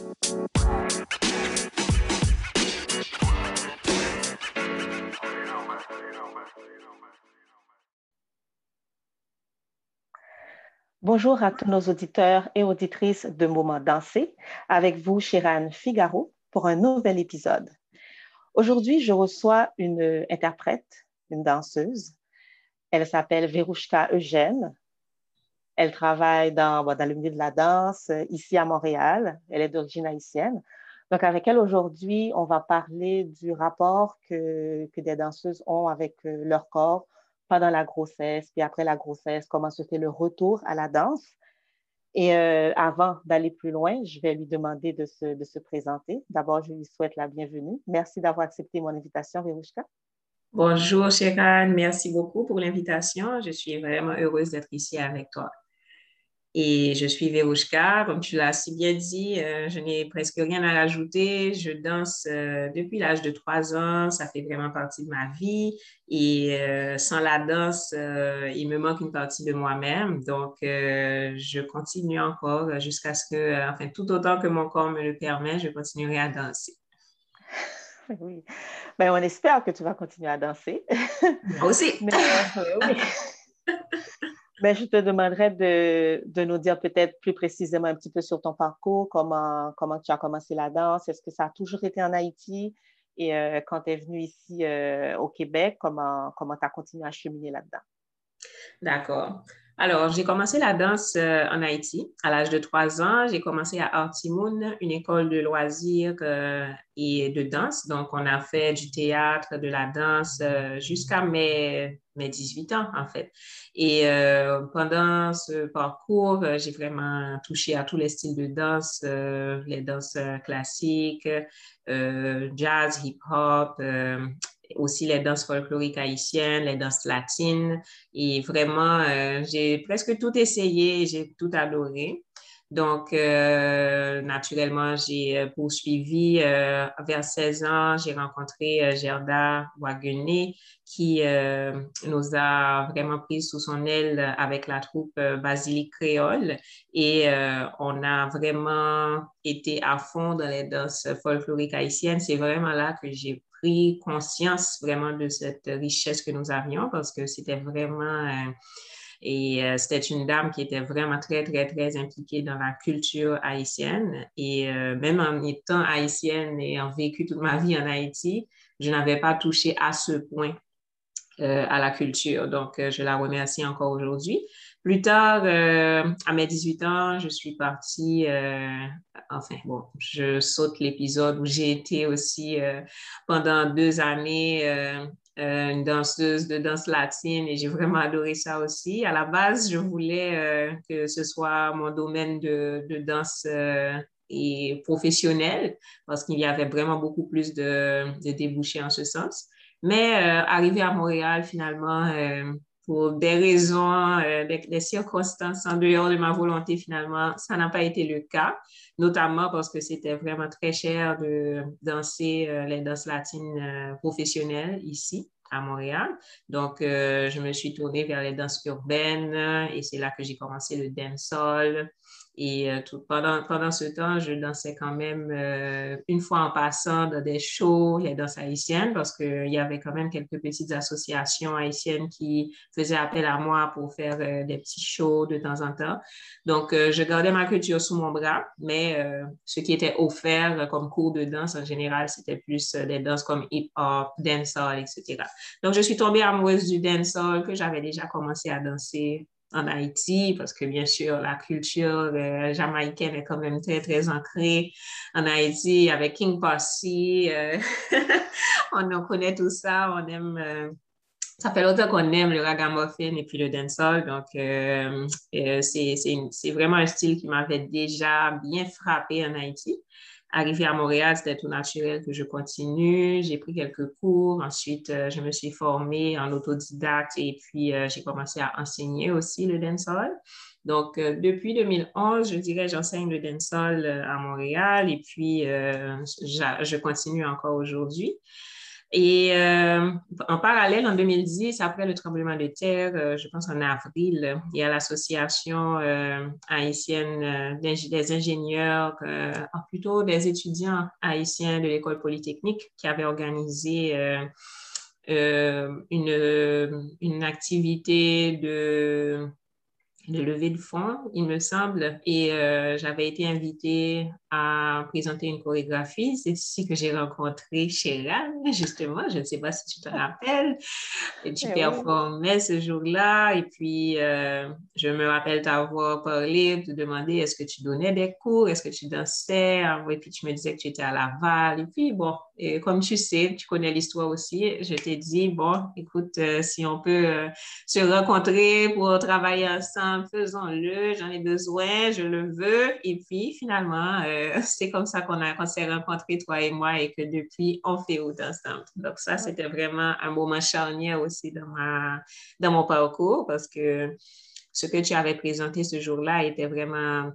Bonjour à tous nos auditeurs et auditrices de Moments dansés. Avec vous, Chirane Figaro, pour un nouvel épisode. Aujourd'hui, je reçois une interprète, une danseuse. Elle s'appelle Verouchka Eugène. Elle travaille dans le milieu de la danse ici à Montréal. Elle est d'origine haïtienne. Donc, avec elle aujourd'hui, on va parler du rapport que des danseuses ont avec leur corps pendant la grossesse, puis après la grossesse, comment se fait le retour à la danse. Et avant d'aller plus loin, je vais lui demander de se présenter. D'abord, je lui souhaite la bienvenue. Merci d'avoir accepté mon invitation, Verouchka. Bonjour, Chérane. Merci beaucoup pour l'invitation. Je suis vraiment heureuse d'être ici avec toi. Et je suis Verouchka, comme tu l'as si bien dit, je n'ai presque rien à rajouter. Je danse depuis l'âge de 3 ans, ça fait vraiment partie de ma vie. Et sans la danse, il me manque une partie de moi-même. Donc, je continue encore jusqu'à ce que, enfin, tout autant que mon corps me le permet, je continuerai à danser. Oui. Ben, on espère que tu vas continuer à danser. Moi aussi. Mais oui. Ben, je te demanderais de nous dire peut-être plus précisément un petit peu sur ton parcours, comment tu as commencé la danse. Est-ce que ça a toujours été en Haïti? Et quand tu es venu ici au Québec, comment tu as continué à cheminer là-dedans? D'accord. Alors, j'ai commencé la danse en Haïti à l'âge de 3 ans. J'ai commencé à Artimoun, une école de loisirs et de danse. Donc, on a fait du théâtre, de la danse jusqu'à mes 18 ans, en fait. Et pendant ce parcours, j'ai vraiment touché à tous les styles de danse, les danses classiques, jazz, hip-hop, aussi les danses folkloriques haïtiennes, les danses latines. Et vraiment, j'ai presque tout essayé, j'ai tout adoré. Donc, naturellement, j'ai poursuivi. Vers 16 ans, j'ai rencontré Gerda Waguené qui nous a vraiment pris sous son aile avec la troupe Basilique Créole. Et on a vraiment été à fond dans les danses folkloriques haïtiennes. C'est vraiment là que j'ai pris conscience vraiment de cette richesse que nous avions parce que c'était vraiment c'était une dame qui était vraiment très, très, très impliquée dans la culture haïtienne. Et même en étant haïtienne et en vécu toute ma vie en Haïti, je n'avais pas touché à ce point à la culture. Donc, je la remercie encore aujourd'hui. Plus tard, à mes 18 ans, je suis partie, enfin bon, je saute l'épisode où j'ai été aussi pendant 2 années une danseuse de danse latine et j'ai vraiment adoré ça aussi. À la base, je voulais que ce soit mon domaine de danse et professionnel parce qu'il y avait vraiment beaucoup plus de débouchés en ce sens. Mais arrivé à Montréal, finalement, pour des raisons, des circonstances en dehors de ma volonté, finalement, ça n'a pas été le cas, notamment parce que c'était vraiment très cher de danser les danses latines professionnelles ici à Montréal. Donc, je me suis tournée vers les danses urbaines et c'est là que j'ai commencé le dancehall. Et pendant ce temps, je dansais quand même une fois en passant dans des shows, les danses haïtiennes, parce qu'il y avait quand même quelques petites associations haïtiennes qui faisaient appel à moi pour faire des petits shows de temps en temps. Donc, je gardais ma culture sous mon bras, mais ce qui était offert comme cours de danse en général, c'était plus des danses comme hip-hop, dancehall, etc. Donc, je suis tombée amoureuse du dancehall que j'avais déjà commencé à danser en Haïti, parce que bien sûr, la culture jamaïcaine est quand même très, très ancrée en Haïti avec King Posse. On connaît tout ça, on aime... ça fait longtemps qu'on aime le ragamuffin et puis le dancehall, donc c'est vraiment un style qui m'avait déjà bien frappé en Haïti. Arrivé à Montréal, c'était tout naturel que je continue. J'ai pris quelques cours. Ensuite, je me suis formée en autodidacte et puis j'ai commencé à enseigner aussi le dancehall. Donc, depuis 2011, je dirais, j'enseigne le dancehall à Montréal et puis je continue encore aujourd'hui. Et en parallèle, en 2010, après le tremblement de terre, je pense en avril, il y a l'association haïtienne des ingénieurs, plutôt des étudiants haïtiens de l'école polytechnique qui avait organisé une activité de levée de fonds, il me semble, et j'avais été invitée à présenter une chorégraphie. C'est ici que j'ai rencontré Sheran, justement. Je ne sais pas si tu te rappelles. Et tu Eh oui. performais ce jour-là, et puis je me rappelle t'avoir parlé, te demander est-ce que tu donnais des cours, est-ce que tu dansais, et puis tu me disais que tu étais à Laval, et puis bon, et comme tu sais, tu connais l'histoire aussi, je t'ai dit, bon, écoute, si on peut se rencontrer pour travailler ensemble, faisons-le, j'en ai besoin, je le veux. Et puis, finalement, c'est comme ça qu'on s'est rencontrés, toi et moi, et que depuis, on fait route ensemble. Donc, ça, Ouais. c'était vraiment un moment charnière aussi dans mon parcours parce que ce que tu avais présenté ce jour-là était vraiment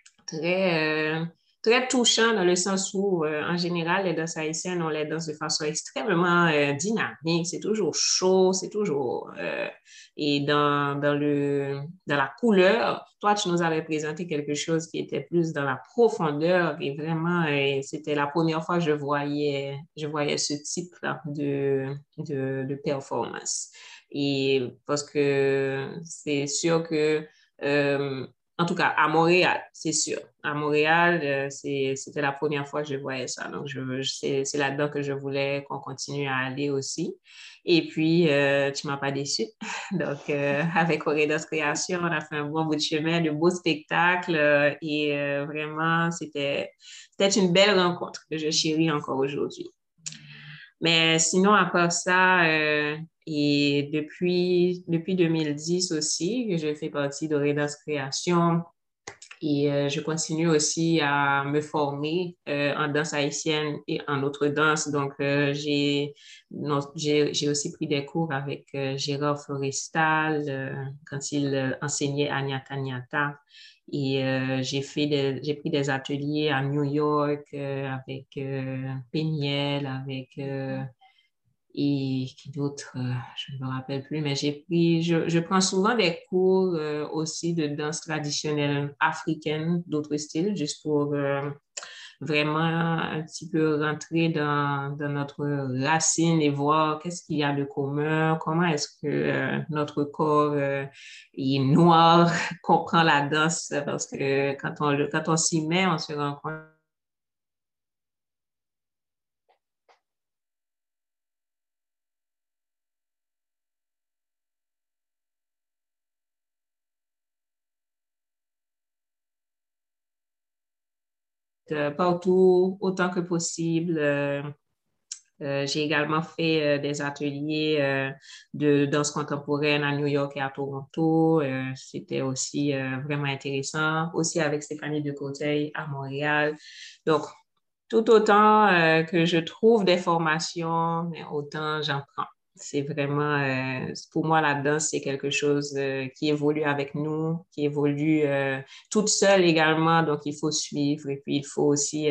très touchant dans le sens où, en général, les danses haïtiennes, on les danse de façon extrêmement dynamique. C'est toujours chaud, c'est toujours... et dans la couleur, toi, tu nous avais présenté quelque chose qui était plus dans la profondeur et vraiment, c'était la première fois que je voyais ce type-là de performance. Et parce que c'est sûr que... en tout cas, à Montréal, c'est sûr. À Montréal, c'était la première fois que je voyais ça. Donc, c'est là-dedans que je voulais qu'on continue à aller aussi. Et puis, tu ne m'as pas déçu. Donc, avec Corridors Création, on a fait un bon bout de chemin, de beaux spectacles. Et vraiment, c'était une belle rencontre que je chéris encore aujourd'hui. Mais sinon, à part ça, et depuis 2010 aussi, que je fais partie de Redas Création et je continue aussi à me former en danse haïtienne et en autres danses. Donc, j'ai aussi pris des cours avec Gérard Florestal quand il enseignait à Nyata Nyata. Et j'ai pris des ateliers à New York avec Péniel, avec et qui d'autre, je ne me rappelle plus, mais je prends souvent des cours aussi de danse traditionnelle africaine, d'autres styles, juste pour vraiment un petit peu rentrer dans notre racine et voir qu'est-ce qu'il y a de commun, comment est-ce que notre corps est noir comprend la danse, parce que quand on s'y met, on se rend compte partout autant que possible. J'ai également fait des ateliers de danse contemporaine à New York et à Toronto. C'était aussi vraiment intéressant. Aussi avec Stéphanie Decoteil à Montréal. Donc, tout autant que je trouve des formations, mais autant j'en prends. C'est vraiment, pour moi, la danse, c'est quelque chose qui évolue avec nous, qui évolue toute seule également. Donc, il faut suivre et puis il faut aussi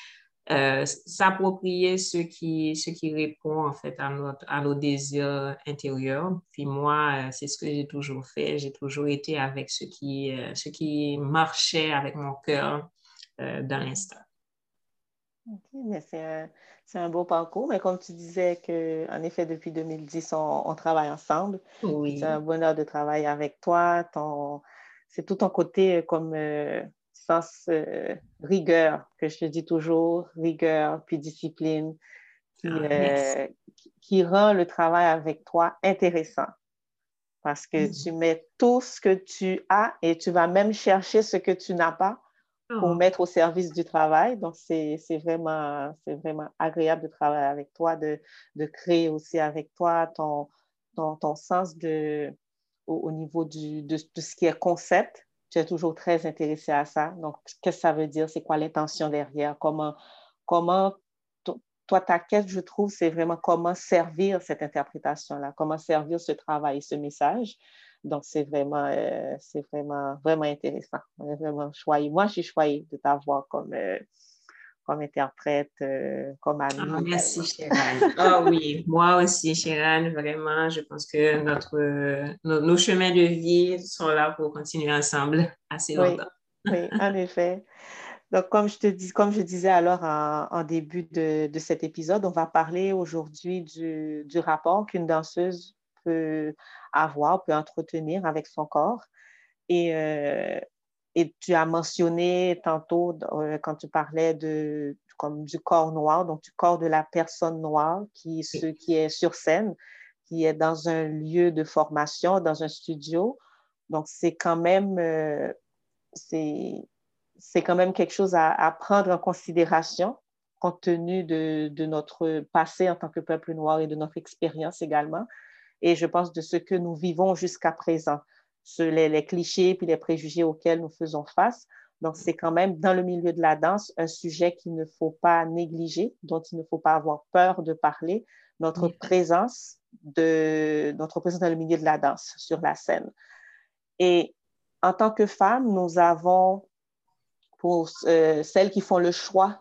s'approprier ce qui répond en fait à nos désirs intérieurs. Puis moi, c'est ce que j'ai toujours fait. J'ai toujours été avec ce qui marchait avec mon cœur dans l'instant. OK, mais c'est un beau parcours. Mais comme tu disais que, en effet, depuis 2010, on travaille ensemble. Puis c'est un Oui. bonheur de travailler avec toi. C'est tout ton côté comme sens rigueur, que je te dis toujours, rigueur, puis discipline, Ah, merci. qui rend le travail avec toi intéressant. Parce que tu Mhm. mets tout ce que tu as et tu vas même chercher ce que tu n'as pas pour Oh, mettre au service du travail. Donc, c'est vraiment agréable de travailler avec toi, de créer aussi avec toi ton sens au niveau de ce qui est concept. Tu es toujours très intéressé à ça. Donc, qu'est-ce que ça veut dire? C'est quoi l'intention derrière? Comment toi, ta quête, je trouve, c'est vraiment comment servir cette interprétation-là, comment servir ce travail, ce message. Donc, vraiment intéressant. On est vraiment choyé. Moi, je suis choyée de t'avoir comme interprète, comme Ah, amie merci, également. Chérane. Ah oui, moi aussi, Chérane, vraiment, je pense que nos chemins de vie sont là pour continuer ensemble assez Oui, longtemps. oui, en effet. Donc, comme je disais alors en début de cet épisode, on va parler aujourd'hui du rapport qu'une danseuse peut avoir, peut entretenir avec son corps. Et, euh, et tu as mentionné tantôt, quand tu parlais comme du corps noir, donc du corps de la personne noire qui est sur scène, qui est dans un lieu de formation, dans un studio. Donc, c'est, c'est quand même quelque chose à prendre en considération compte tenu de notre passé en tant que peuple noir et de notre expérience également. Et je pense de ce que nous vivons jusqu'à présent, les clichés puis les préjugés auxquels nous faisons face. Donc, c'est quand même dans le milieu de la danse un sujet qu'il ne faut pas négliger, dont il ne faut pas avoir peur de parler, notre présence dans le milieu de la danse sur la scène. Et en tant que femme, nous avons pour celles qui font le choix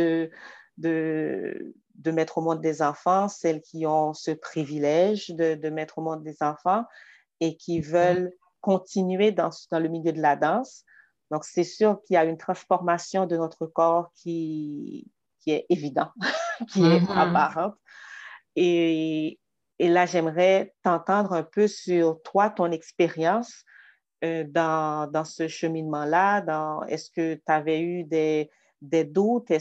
de mettre au monde des enfants, celles qui ont ce privilège de mettre au monde des enfants et qui veulent continuer dans le milieu de la danse. Donc, c'est sûr qu'il y a une transformation de notre corps qui est évidente, qui est Mhm. apparente. Et, et là, j'aimerais t'entendre un peu sur toi, ton expérience dans ce cheminement-là? Est-ce que tu avais eu des doutes?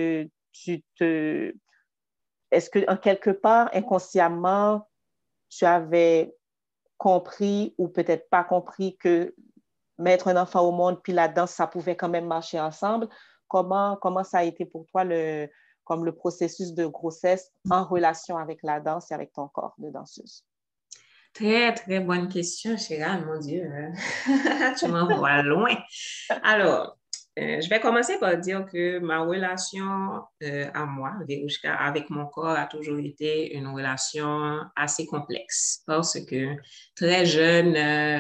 Est-ce que, en quelque part, inconsciemment, tu avais compris ou peut-être pas compris que mettre un enfant au monde puis la danse, ça pouvait quand même marcher ensemble? Comment ça a été pour toi comme le processus de grossesse en relation avec la danse et avec ton corps de danseuse? Très, très bonne question, Chérane, mon Dieu. Tu m'envoies loin. Alors, je vais commencer par dire que ma relation à moi, Verouchka, avec mon corps a toujours été une relation assez complexe parce que très jeune,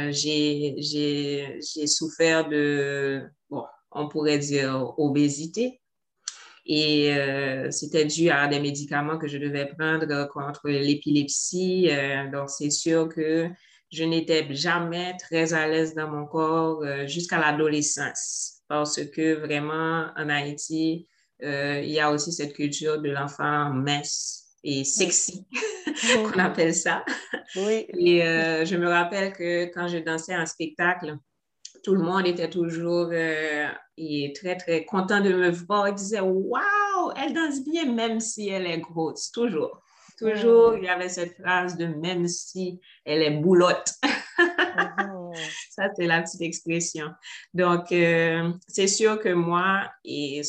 j'ai souffert bon, on pourrait dire obésité. Et c'était dû à des médicaments que je devais prendre contre l'épilepsie. Donc, c'est sûr que je n'étais jamais très à l'aise dans mon corps jusqu'à l'adolescence. Parce que vraiment, en Haïti, il y a aussi cette culture de l'enfant mince et Oui. sexy, qu'on appelle ça. Oui. Et je me rappelle que quand je dansais un spectacle, tout le monde était toujours très, très content de me voir. Ils disaient, waouh, elle danse bien, même si elle est grosse. Toujours. Toujours, il y avait cette phrase de même si elle est boulotte. Mhm. Ça, c'est la petite expression. Donc, c'est sûr que moi, et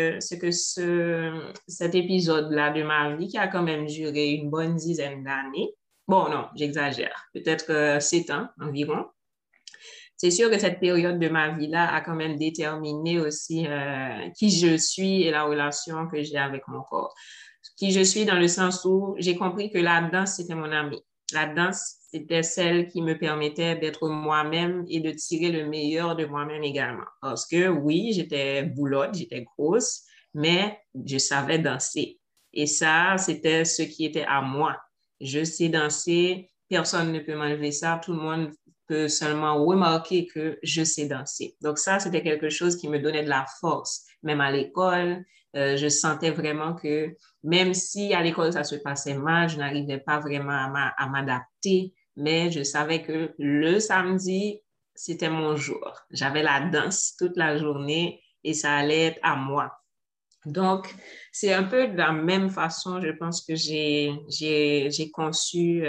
cet épisode-là de ma vie, qui a quand même duré une bonne dizaine d'années, bon, non, j'exagère, peut-être 7 ans environ, c'est sûr que cette période de ma vie-là a quand même déterminé aussi qui je suis et la relation que j'ai avec mon corps. Qui je suis dans le sens où j'ai compris que la danse, c'était mon amie. La danse, c'était celle qui me permettait d'être moi-même et de tirer le meilleur de moi-même également. Parce que oui, j'étais boulotte, j'étais grosse, mais je savais danser. Et ça, c'était ce qui était à moi. Je sais danser, personne ne peut m'enlever ça, tout le monde peut seulement remarquer que je sais danser. Donc ça, c'était quelque chose qui me donnait de la force. Même à l'école, je sentais vraiment que même si à l'école ça se passait mal, je n'arrivais pas vraiment à m'adapter, mais je savais que le samedi, c'était mon jour. J'avais la danse toute la journée et ça allait être à moi. Donc, c'est un peu de la même façon, je pense que j'ai conçu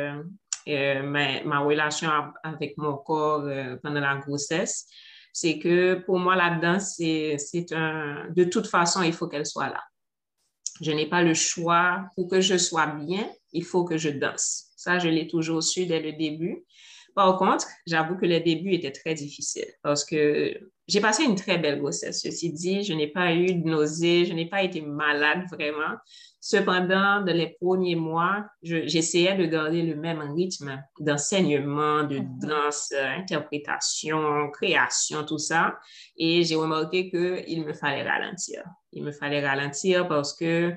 ma relation avec mon corps pendant la grossesse. C'est que pour moi, la danse, de toute façon, il faut qu'elle soit là. Je n'ai pas le choix. Pour que je sois bien, il faut que je danse. Ça, je l'ai toujours su dès le début Par contre, j'avoue que les débuts étaient très difficiles parce que j'ai passé une très belle grossesse. Ceci dit, je n'ai pas eu de nausées, je n'ai pas été malade vraiment. Cependant, dans les premiers mois, j'essayais de garder le même rythme d'enseignement, de danse, interprétation, création, tout ça. Et j'ai remarqué qu'il me fallait ralentir. Il me fallait ralentir parce que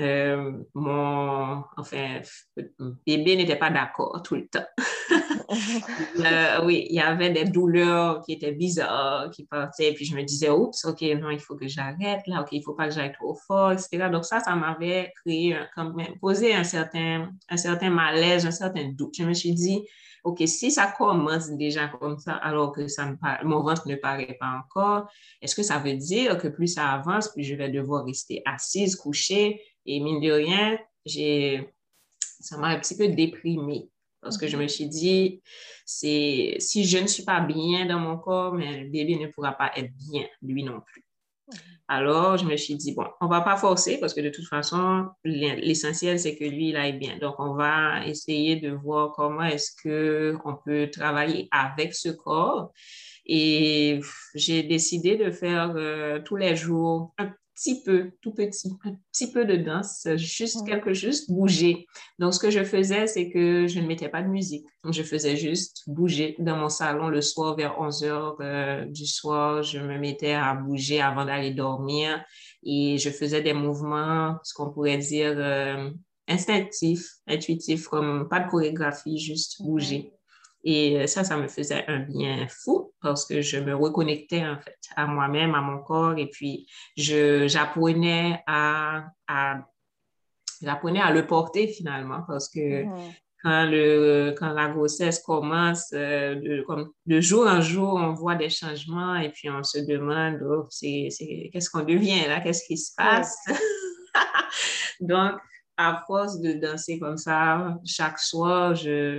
enfin, bébé n'était pas d'accord tout le temps. Oui, il y avait des douleurs qui étaient bizarres, qui partaient, puis je me disais, oups, OK, non, il faut que j'arrête, là, OK, il ne faut pas que j'aille trop fort, etc. Donc ça m'avait créé, quand même, posé un certain malaise, un certain doute. Je me suis dit, OK, si ça commence déjà comme ça, alors que mon ventre ne paraît pas encore, est-ce que ça veut dire que plus ça avance, plus je vais devoir rester assise, couchée, et mine de rien, ça m'a un petit peu déprimée. Parce que je me suis dit, si je ne suis pas bien dans mon corps, mais le bébé ne pourra pas être bien, lui non plus. Alors, je me suis dit, bon, on ne va pas forcer parce que de toute façon, l'essentiel, c'est que lui, il aille bien. Donc, on va essayer de voir comment est-ce qu'on peut travailler avec ce corps. Et j'ai décidé de faire tous les jours un petit peu, tout petit, un petit peu de danse, juste bouger. Donc, ce que je faisais, c'est que je ne mettais pas de musique. Je faisais juste bouger dans mon salon le soir vers 11 heures du soir. Je me mettais à bouger avant d'aller dormir et je faisais des mouvements, ce qu'on pourrait dire instinctifs, intuitifs, comme pas de chorégraphie, juste bouger. Et ça me faisait un bien fou parce que je me reconnectais en fait à moi-même, à mon corps et puis j'apprenais j'apprenais à le porter finalement parce que quand la grossesse commence, comme de jour en jour, on voit des changements et puis on se demande, oh, qu'est-ce qu'on devient là? Qu'est-ce qui se passe? Donc, à force de danser comme ça, chaque soir,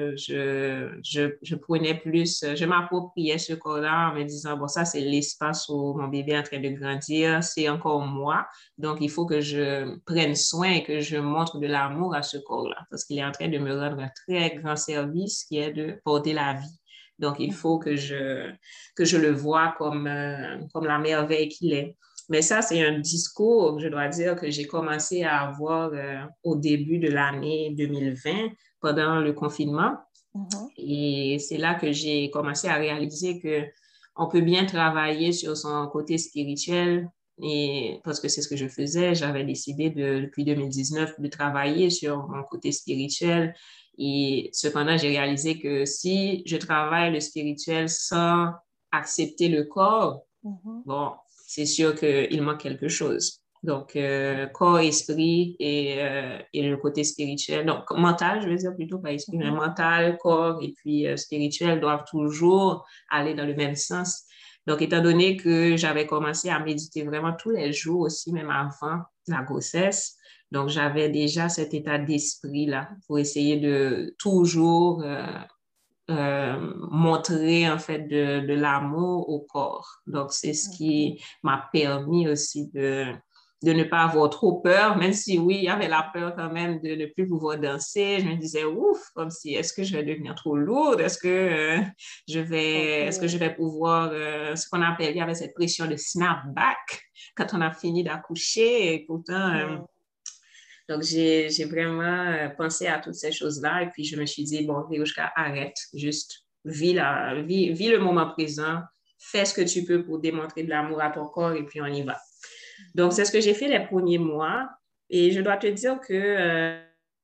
je prenais plus, je m'appropriais ce corps-là en me disant, bon, ça, c'est l'espace où mon bébé est en train de grandir, c'est encore moi. Donc, il faut que je prenne soin et que je montre de l'amour à ce corps-là parce qu'il est en train de me rendre un très grand service qui est de porter la vie. Donc, il faut que je le vois comme la merveille qu'il est. Mais ça, c'est un discours, je dois dire, que j'ai commencé à avoir au début de l'année 2020, pendant le confinement. Et c'est là que j'ai commencé à réaliser qu'on peut bien travailler sur son côté spirituel. Et parce que c'est ce que je faisais, j'avais décidé depuis 2019 de travailler sur mon côté spirituel. Et cependant, j'ai réalisé que si je travaille le spirituel sans accepter le corps, bon, c'est sûr qu'il manque quelque chose. Donc, corps, esprit et le côté spirituel. Donc, mental, je veux dire plutôt pas esprit, mais mental, corps et puis spirituel doivent toujours aller dans le même sens. Donc, étant donné que j'avais commencé à méditer vraiment tous les jours aussi, même avant la grossesse, donc j'avais déjà cet état d'esprit-là pour essayer de toujours montrer en fait de l'amour au corps. Donc, c'est ce qui m'a permis aussi de ne pas avoir trop peur, même si oui, il y avait la peur quand même de ne plus pouvoir danser. Je me disais, ouf, comme si, est-ce que je vais devenir trop lourde? Est-ce que je vais pouvoir, ce qu'on appelle, il y avait cette pression de snapback quand on a fini d'accoucher. Et pourtant, donc, j'ai vraiment pensé à toutes ces choses-là et puis je me suis dit, bon, Vérouchka, arrête, juste vis le moment présent, fais ce que tu peux pour démontrer de l'amour à ton corps et puis on y va. Donc, c'est ce que j'ai fait les premiers mois et je dois te dire que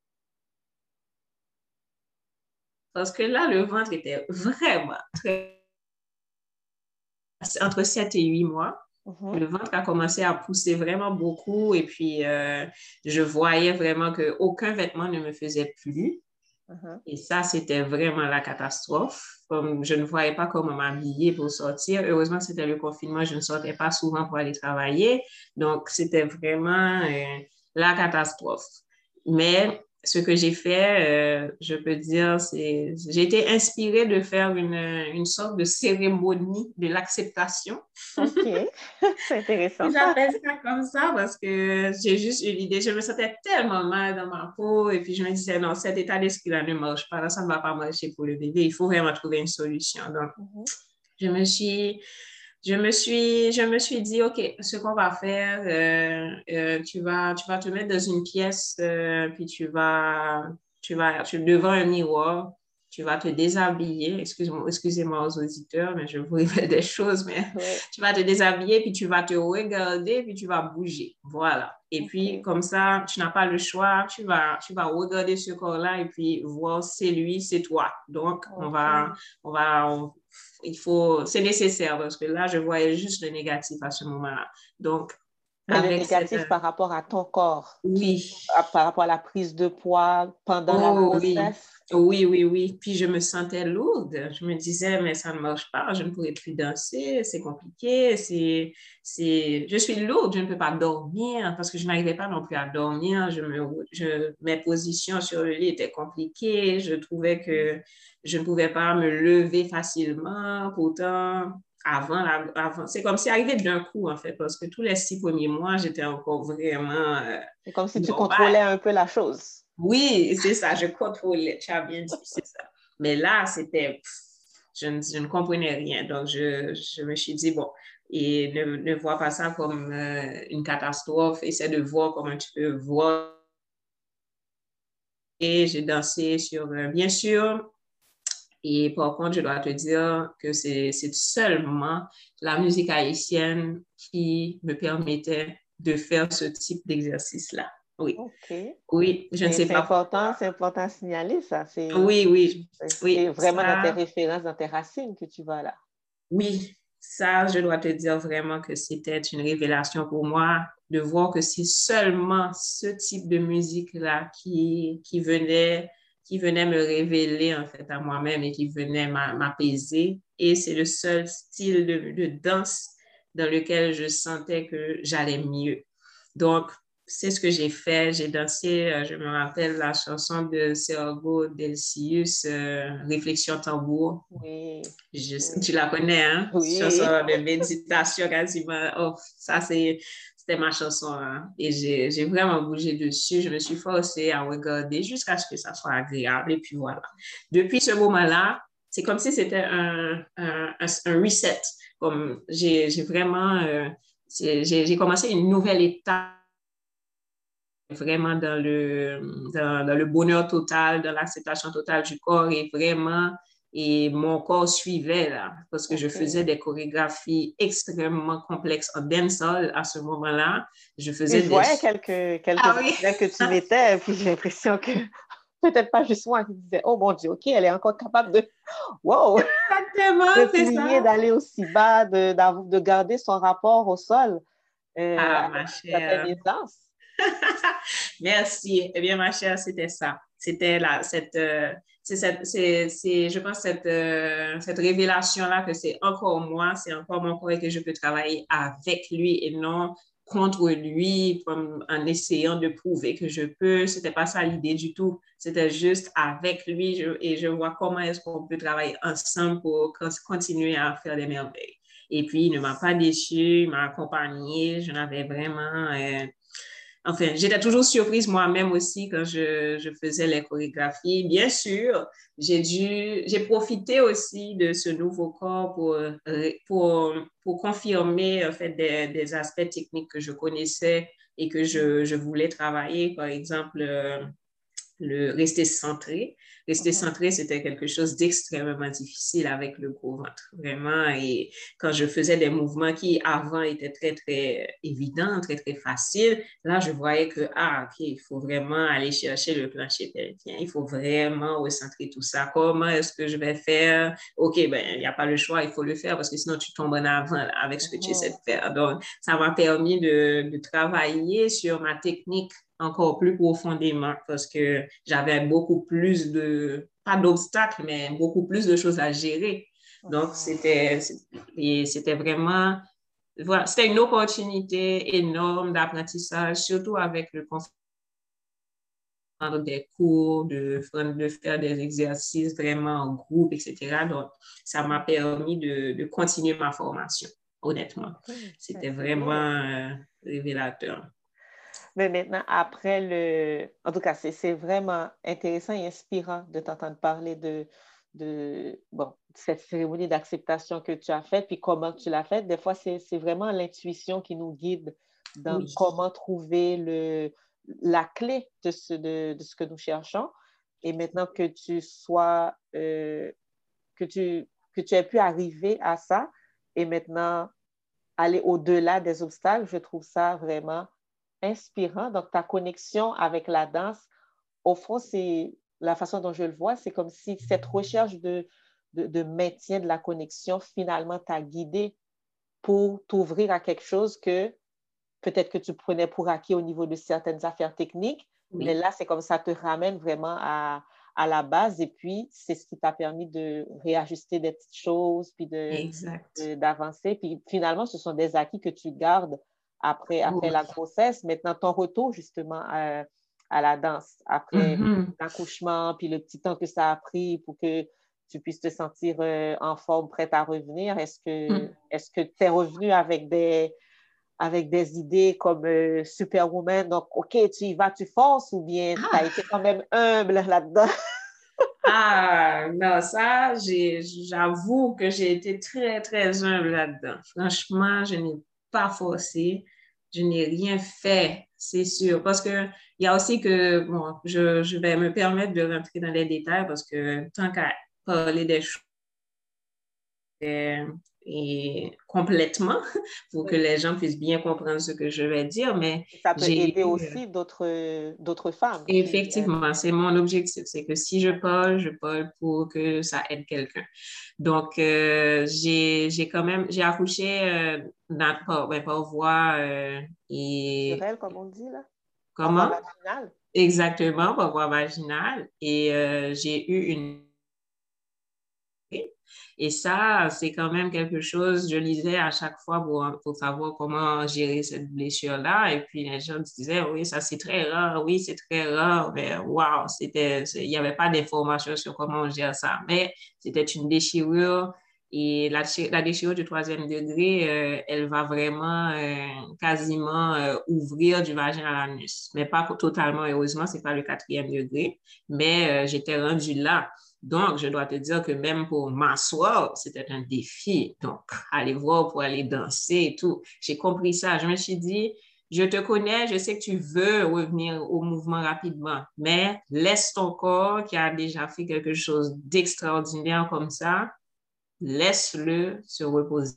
parce que là, le ventre était vraiment entre 7 et 8 mois. Le ventre a commencé à pousser vraiment beaucoup et puis je voyais vraiment qu'aucun vêtement ne me faisait plus. Et ça, c'était vraiment la catastrophe. Comme je ne voyais pas comment m'habiller pour sortir. Heureusement, c'était le confinement, je ne sortais pas souvent pour aller travailler. Donc, c'était vraiment la catastrophe. Mais ce que j'ai fait, je peux dire, j'ai été inspirée de faire une sorte de cérémonie de l'acceptation. OK, c'est intéressant ça. J'appelle ça comme ça parce que j'ai juste eu l'idée. Je me sentais tellement mal dans ma peau et puis je me disais, non, cet état d'esprit-là ne marche pas. Là, ça ne va pas marcher pour le bébé. Il faut vraiment trouver une solution. Donc, Mhm. je me suis, je me suis dit, OK, ce qu'on va faire, tu vas te mettre dans une pièce, puis devant un miroir, tu vas te déshabiller. Excusez-moi aux auditeurs, mais je vous révèle des choses, mais Ouais, tu vas te déshabiller, puis tu vas te regarder, puis tu vas bouger. Voilà. Et puis, OK. comme ça, tu n'as pas le choix. Tu vas regarder ce corps-là et puis voir c'est lui, c'est toi. Donc, OK. on va, on- il faut, c'est nécessaire parce que là, je voyais juste le négatif à ce moment-là. Donc, Mais le avec cette, négatif par rapport à ton corps, oui, par rapport à la prise de poids pendant la oh oui, grossesse. oui, oui, oui. Puis je me sentais lourde. Je me disais, mais ça ne marche pas, je ne pourrai plus danser, c'est compliqué, je suis lourde, je ne peux pas dormir parce que je n'arrivais pas non plus à dormir. Mes positions sur le lit étaient compliquées. Je trouvais que je ne pouvais pas me lever facilement. Pourtant, avant, c'est comme si arrivé d'un coup, en fait, parce que tous les 6 premiers mois, j'étais encore vraiment C'est comme si tu normale. contrôlais un peu la chose. Oui, c'est ça, je contrôlais, tu as bien dit, c'est ça. Mais là, je ne comprenais rien. Donc, je me suis dit, bon, et ne vois pas ça comme une catastrophe, essaie de voir comment tu peux voir. Et j'ai dansé sur, bien sûr, et par contre, je dois te dire que c'est seulement la musique haïtienne qui me permettait de faire ce type d'exercice-là. Oui, OK. oui, je ne sais pas pourquoi. C'est important à signaler ça. Oui, oui, C'est oui, vraiment dans tes ça, références, dans tes racines que tu vas là. oui, ça, je dois te dire vraiment que c'était une révélation pour moi de voir que c'est seulement ce type de musique-là qui venait me révéler en fait à moi-même et qui venait m'apaiser. Et c'est le seul style de danse dans lequel je sentais que j'allais mieux. Donc, c'est ce que j'ai fait. J'ai dansé, je me rappelle la chanson de Sergo Delcius, Réflexion tambour. Oui, oui, Tu la connais, hein? Chanson oui. de méditation quasiment. Oh, c'était ma chanson, hein. Et j'ai vraiment bougé dessus. Je me suis forcée à regarder jusqu'à ce que ça soit agréable. Et puis voilà. Depuis ce moment-là, c'est comme si c'était un reset. Comme j'ai vraiment, j'ai commencé une nouvelle étape vraiment dans le bonheur total, dans l'acceptation totale du corps et vraiment, et mon corps suivait là, parce que je faisais OK. des chorégraphies extrêmement complexes en dancehall à ce moment-là. Je Et faisais je des... voyais quelques Ah oui, extraits que tu mettais, puis j'ai l'impression que peut-être pas juste moi qui disais, oh mon Dieu, OK, elle est encore capable de, wow, de exactement, c'est plier, ça. d'aller aussi bas, de garder son rapport au sol Ah, avec ma une certaine chère. aisance. Merci. Eh bien, ma chère, c'était ça. C'était là, je pense, cette révélation-là que c'est encore moi, c'est encore mon corps et que je peux travailler avec lui et non contre lui en essayant de prouver que je peux. C'était pas ça l'idée du tout. C'était juste avec lui et je vois comment est-ce qu'on peut travailler ensemble pour continuer à faire des merveilles. Et puis, il ne m'a pas déçu, il m'a accompagné. Je n'avais vraiment, enfin, j'étais toujours surprise moi-même aussi quand je faisais les chorégraphies. Bien sûr, j'ai profité aussi de ce nouveau corps pour confirmer en fait des aspects techniques que je connaissais et que je voulais travailler. Par exemple, le rester centré. Rester Mhm. centré, c'était quelque chose d'extrêmement difficile avec le gros ventre, vraiment. Et quand je faisais des mouvements qui avant étaient très, très évidents, très, très faciles, là, je voyais que, ah, OK, il faut vraiment aller chercher le plancher pelvien. Il faut vraiment recentrer tout ça. Comment est-ce que je vais faire? OK, ben, il n'y a pas le choix, il faut le faire parce que sinon tu tombes en avant là, avec ce que tu essaies de Mhm. faire. Donc, ça m'a permis de travailler sur ma technique encore plus profondément parce que j'avais beaucoup plus pas d'obstacles, mais beaucoup plus de choses à gérer. Donc, Mhm. c'était vraiment, voilà, c'était une opportunité énorme d'apprentissage, surtout avec le confinement des cours, de faire des exercices vraiment en groupe, etc. Donc, ça m'a permis de continuer ma formation, honnêtement. C'était C'est bien. vraiment révélateur. Mais maintenant, en tout cas, c'est vraiment intéressant et inspirant de t'entendre parler de cette cérémonie d'acceptation que tu as faite, puis comment tu l'as faite. Des fois, c'est vraiment l'intuition qui nous guide dans Oui, comment trouver la clé de ce que nous cherchons. Et maintenant que tu sois, que tu aies pu arriver à ça et maintenant aller au-delà des obstacles, je trouve ça vraiment inspirant. Donc, ta connexion avec la danse, au fond, c'est la façon dont je le vois, c'est comme si cette recherche de maintien de la connexion, finalement, t'a guidé pour t'ouvrir à quelque chose que peut-être que tu prenais pour acquis au niveau de certaines affaires techniques, mais oui, là, c'est comme ça te ramène vraiment à la base et puis c'est ce qui t'a permis de réajuster des petites choses, puis exact. d'avancer. Puis finalement, ce sont des acquis que tu gardes après Oui. la grossesse. Maintenant, ton retour justement à la danse, après Mhm. l'accouchement, puis le petit temps que ça a pris pour que tu puisses te sentir en forme, prête à revenir. Est-ce que tu es revenu avec des idées comme Superwoman. Donc, OK, tu y vas, tu forces ou bien tu as Ah, été quand même humble là-dedans? ah, non, ça, j'avoue que j'ai été très, très humble là-dedans. Franchement, je n'ai pas forcé, je n'ai rien fait, c'est sûr. Parce que il y a aussi que, bon, je vais me permettre de rentrer dans les détails parce que tant qu'à parler des choses, et complètement pour que les gens puissent bien comprendre ce que je vais dire, mais Ça peut j'ai aider eu aussi d'autres femmes qui... effectivement, c'est mon objectif, c'est que si je parle pour que ça aide quelqu'un. Donc, j'ai accouché par voie et naturelles, comme on dit, là, par voie comment? vaginale. Exactement, par voie vaginale. Et j'ai eu une et ça, c'est quand même quelque chose, je lisais à chaque fois pour savoir comment gérer cette blessure-là. Et puis les gens disaient, oui, ça c'est très rare, oui, c'est très rare. Mais waouh, il n'y avait pas d'informations sur comment on gère ça. Mais c'était une déchirure. Et la déchirure du troisième degré, elle va vraiment quasiment ouvrir du vagin à l'anus. Mais pas totalement, heureusement, c'est pas le quatrième degré. Mais j'étais rendue là. Donc, je dois te dire que même pour m'asseoir, c'était un défi. Donc, aller voir pour aller danser et tout. J'ai compris ça. Je me suis dit, je te connais, je sais que tu veux revenir au mouvement rapidement, mais laisse ton corps qui a déjà fait quelque chose d'extraordinaire comme ça, laisse-le se reposer.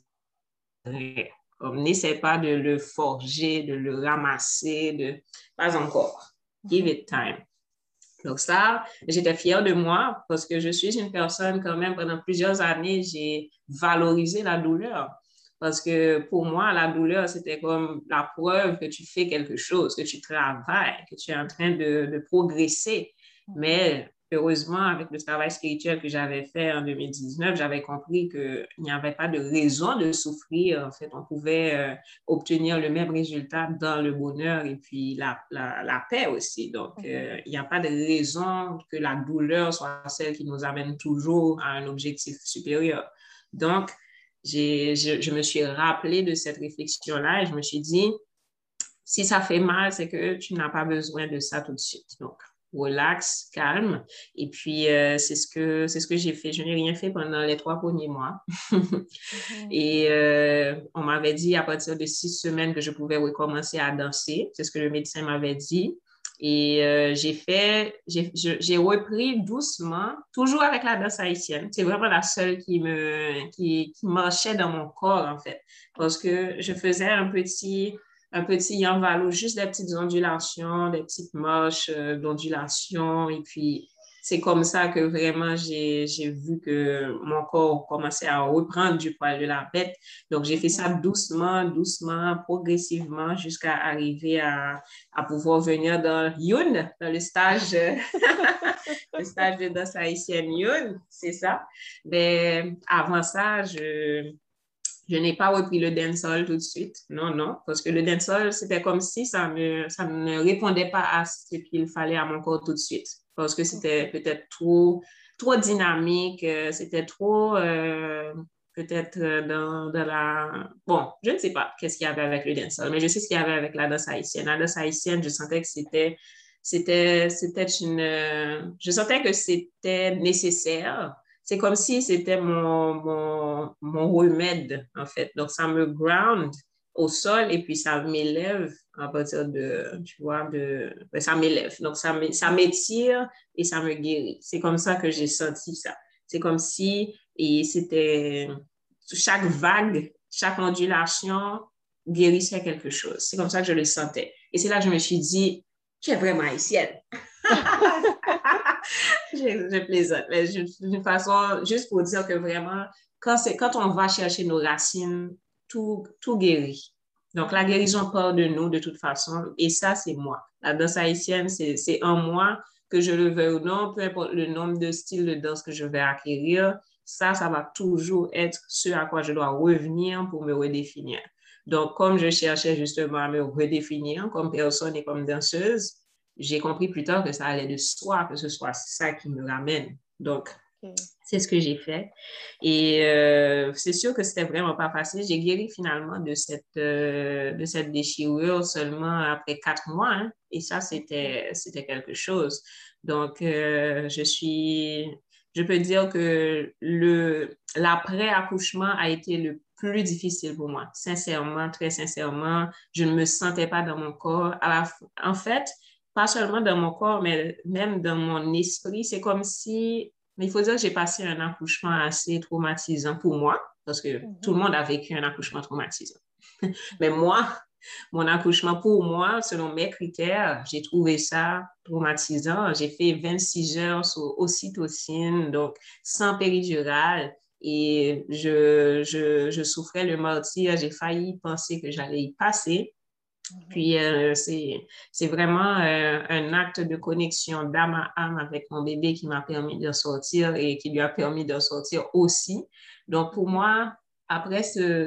N'essaie pas de le forger, de le ramasser, pas encore. Give it time. Donc ça, j'étais fière de moi parce que je suis une personne quand même, pendant plusieurs années, j'ai valorisé la douleur. Parce que pour moi, la douleur, c'était comme la preuve que tu fais quelque chose, que tu travailles, que tu es en train de progresser. Mais heureusement, avec le travail spirituel que j'avais fait en 2019, j'avais compris qu'il n'y avait pas de raison de souffrir. En fait, on pouvait obtenir le même résultat dans le bonheur et puis la paix aussi. Donc, il n'y a pas de raison que la douleur soit celle qui nous amène toujours à un objectif supérieur. Donc, je me suis rappelé de cette réflexion-là et je me suis dit, si ça fait mal, c'est que tu n'as pas besoin de ça tout de suite. Donc, relax, calme. Et puis, c'est ce que j'ai fait. Je n'ai rien fait pendant les 3 premiers mois. Et on m'avait dit à partir de 6 semaines que je pouvais recommencer à danser. C'est ce que le médecin m'avait dit. Et j'ai repris doucement, toujours avec la danse haïtienne. C'est vraiment la seule qui marchait dans mon corps, en fait. Parce que je faisais un petit yanvalo, juste des petites ondulations, des petites marches d'ondulation. Et puis, c'est comme ça que vraiment j'ai vu que mon corps commençait à reprendre du poil de la bête. Donc, j'ai fait ça doucement, doucement, progressivement, jusqu'à arriver à pouvoir venir dans Youn, dans le stage, le stage de danse haïtienne Youn, c'est ça. Mais avant ça, Je n'ai pas repris le dancehall tout de suite. Non, non, parce que le dancehall, c'était comme si ça ne répondait pas à ce qu'il fallait à mon corps tout de suite. Parce que c'était peut-être trop dynamique, c'était trop peut-être dans la... Bon, je ne sais pas qu'est-ce qu'il y avait avec le dancehall, mais je sais ce qu'il y avait avec la danse haïtienne. La danse haïtienne, je sentais que c'était je sentais que c'était nécessaire. C'est comme si c'était mon remède, en fait. Donc, ça me ground au sol et puis ça m'élève à partir de, tu vois, ça m'élève. Donc, ça m'étire et ça me guérit. C'est comme ça que j'ai senti ça. C'est comme si, et c'était chaque vague, chaque ondulation guérissait quelque chose. C'est comme ça que je le sentais. Et c'est là que je me suis dit, tu es vraiment haïtienne. Je plaisante, mais d'une façon, juste pour dire que vraiment, quand on va chercher nos racines, tout guérit. Donc, la guérison part de nous de toute façon, et ça, c'est moi. La danse haïtienne, c'est en moi, que je le veuille ou non, peu importe le nombre de styles de danse que je vais acquérir, ça va toujours être ce à quoi je dois revenir pour me redéfinir. Donc, comme je cherchais justement à me redéfinir comme personne et comme danseuse, j'ai compris plus tard que ça allait de soi, que ce soit ça qui me ramène. Donc, c'est ce que j'ai fait. Et c'est sûr que c'était vraiment pas facile. J'ai guéri finalement de cette déchirure seulement après 4 mois. Hein, et ça, c'était quelque chose. Donc, je peux dire que l'après-accouchement a été le plus difficile pour moi. Sincèrement, très sincèrement, je ne me sentais pas dans mon corps. En fait, pas seulement dans mon corps, mais même dans mon esprit, c'est comme si, mais il faut dire que j'ai passé un accouchement assez traumatisant pour moi, parce que tout le monde a vécu un accouchement traumatisant. Mais moi, mon accouchement pour moi, selon mes critères, j'ai trouvé ça traumatisant. J'ai fait 26 heures sous ocytocine, donc sans péridurale, et je souffrais le martyre. J'ai failli penser que j'allais y passer. Puis, c'est vraiment un acte de connexion d'âme à âme avec mon bébé qui m'a permis de sortir et qui lui a permis de sortir aussi. Donc, pour moi, après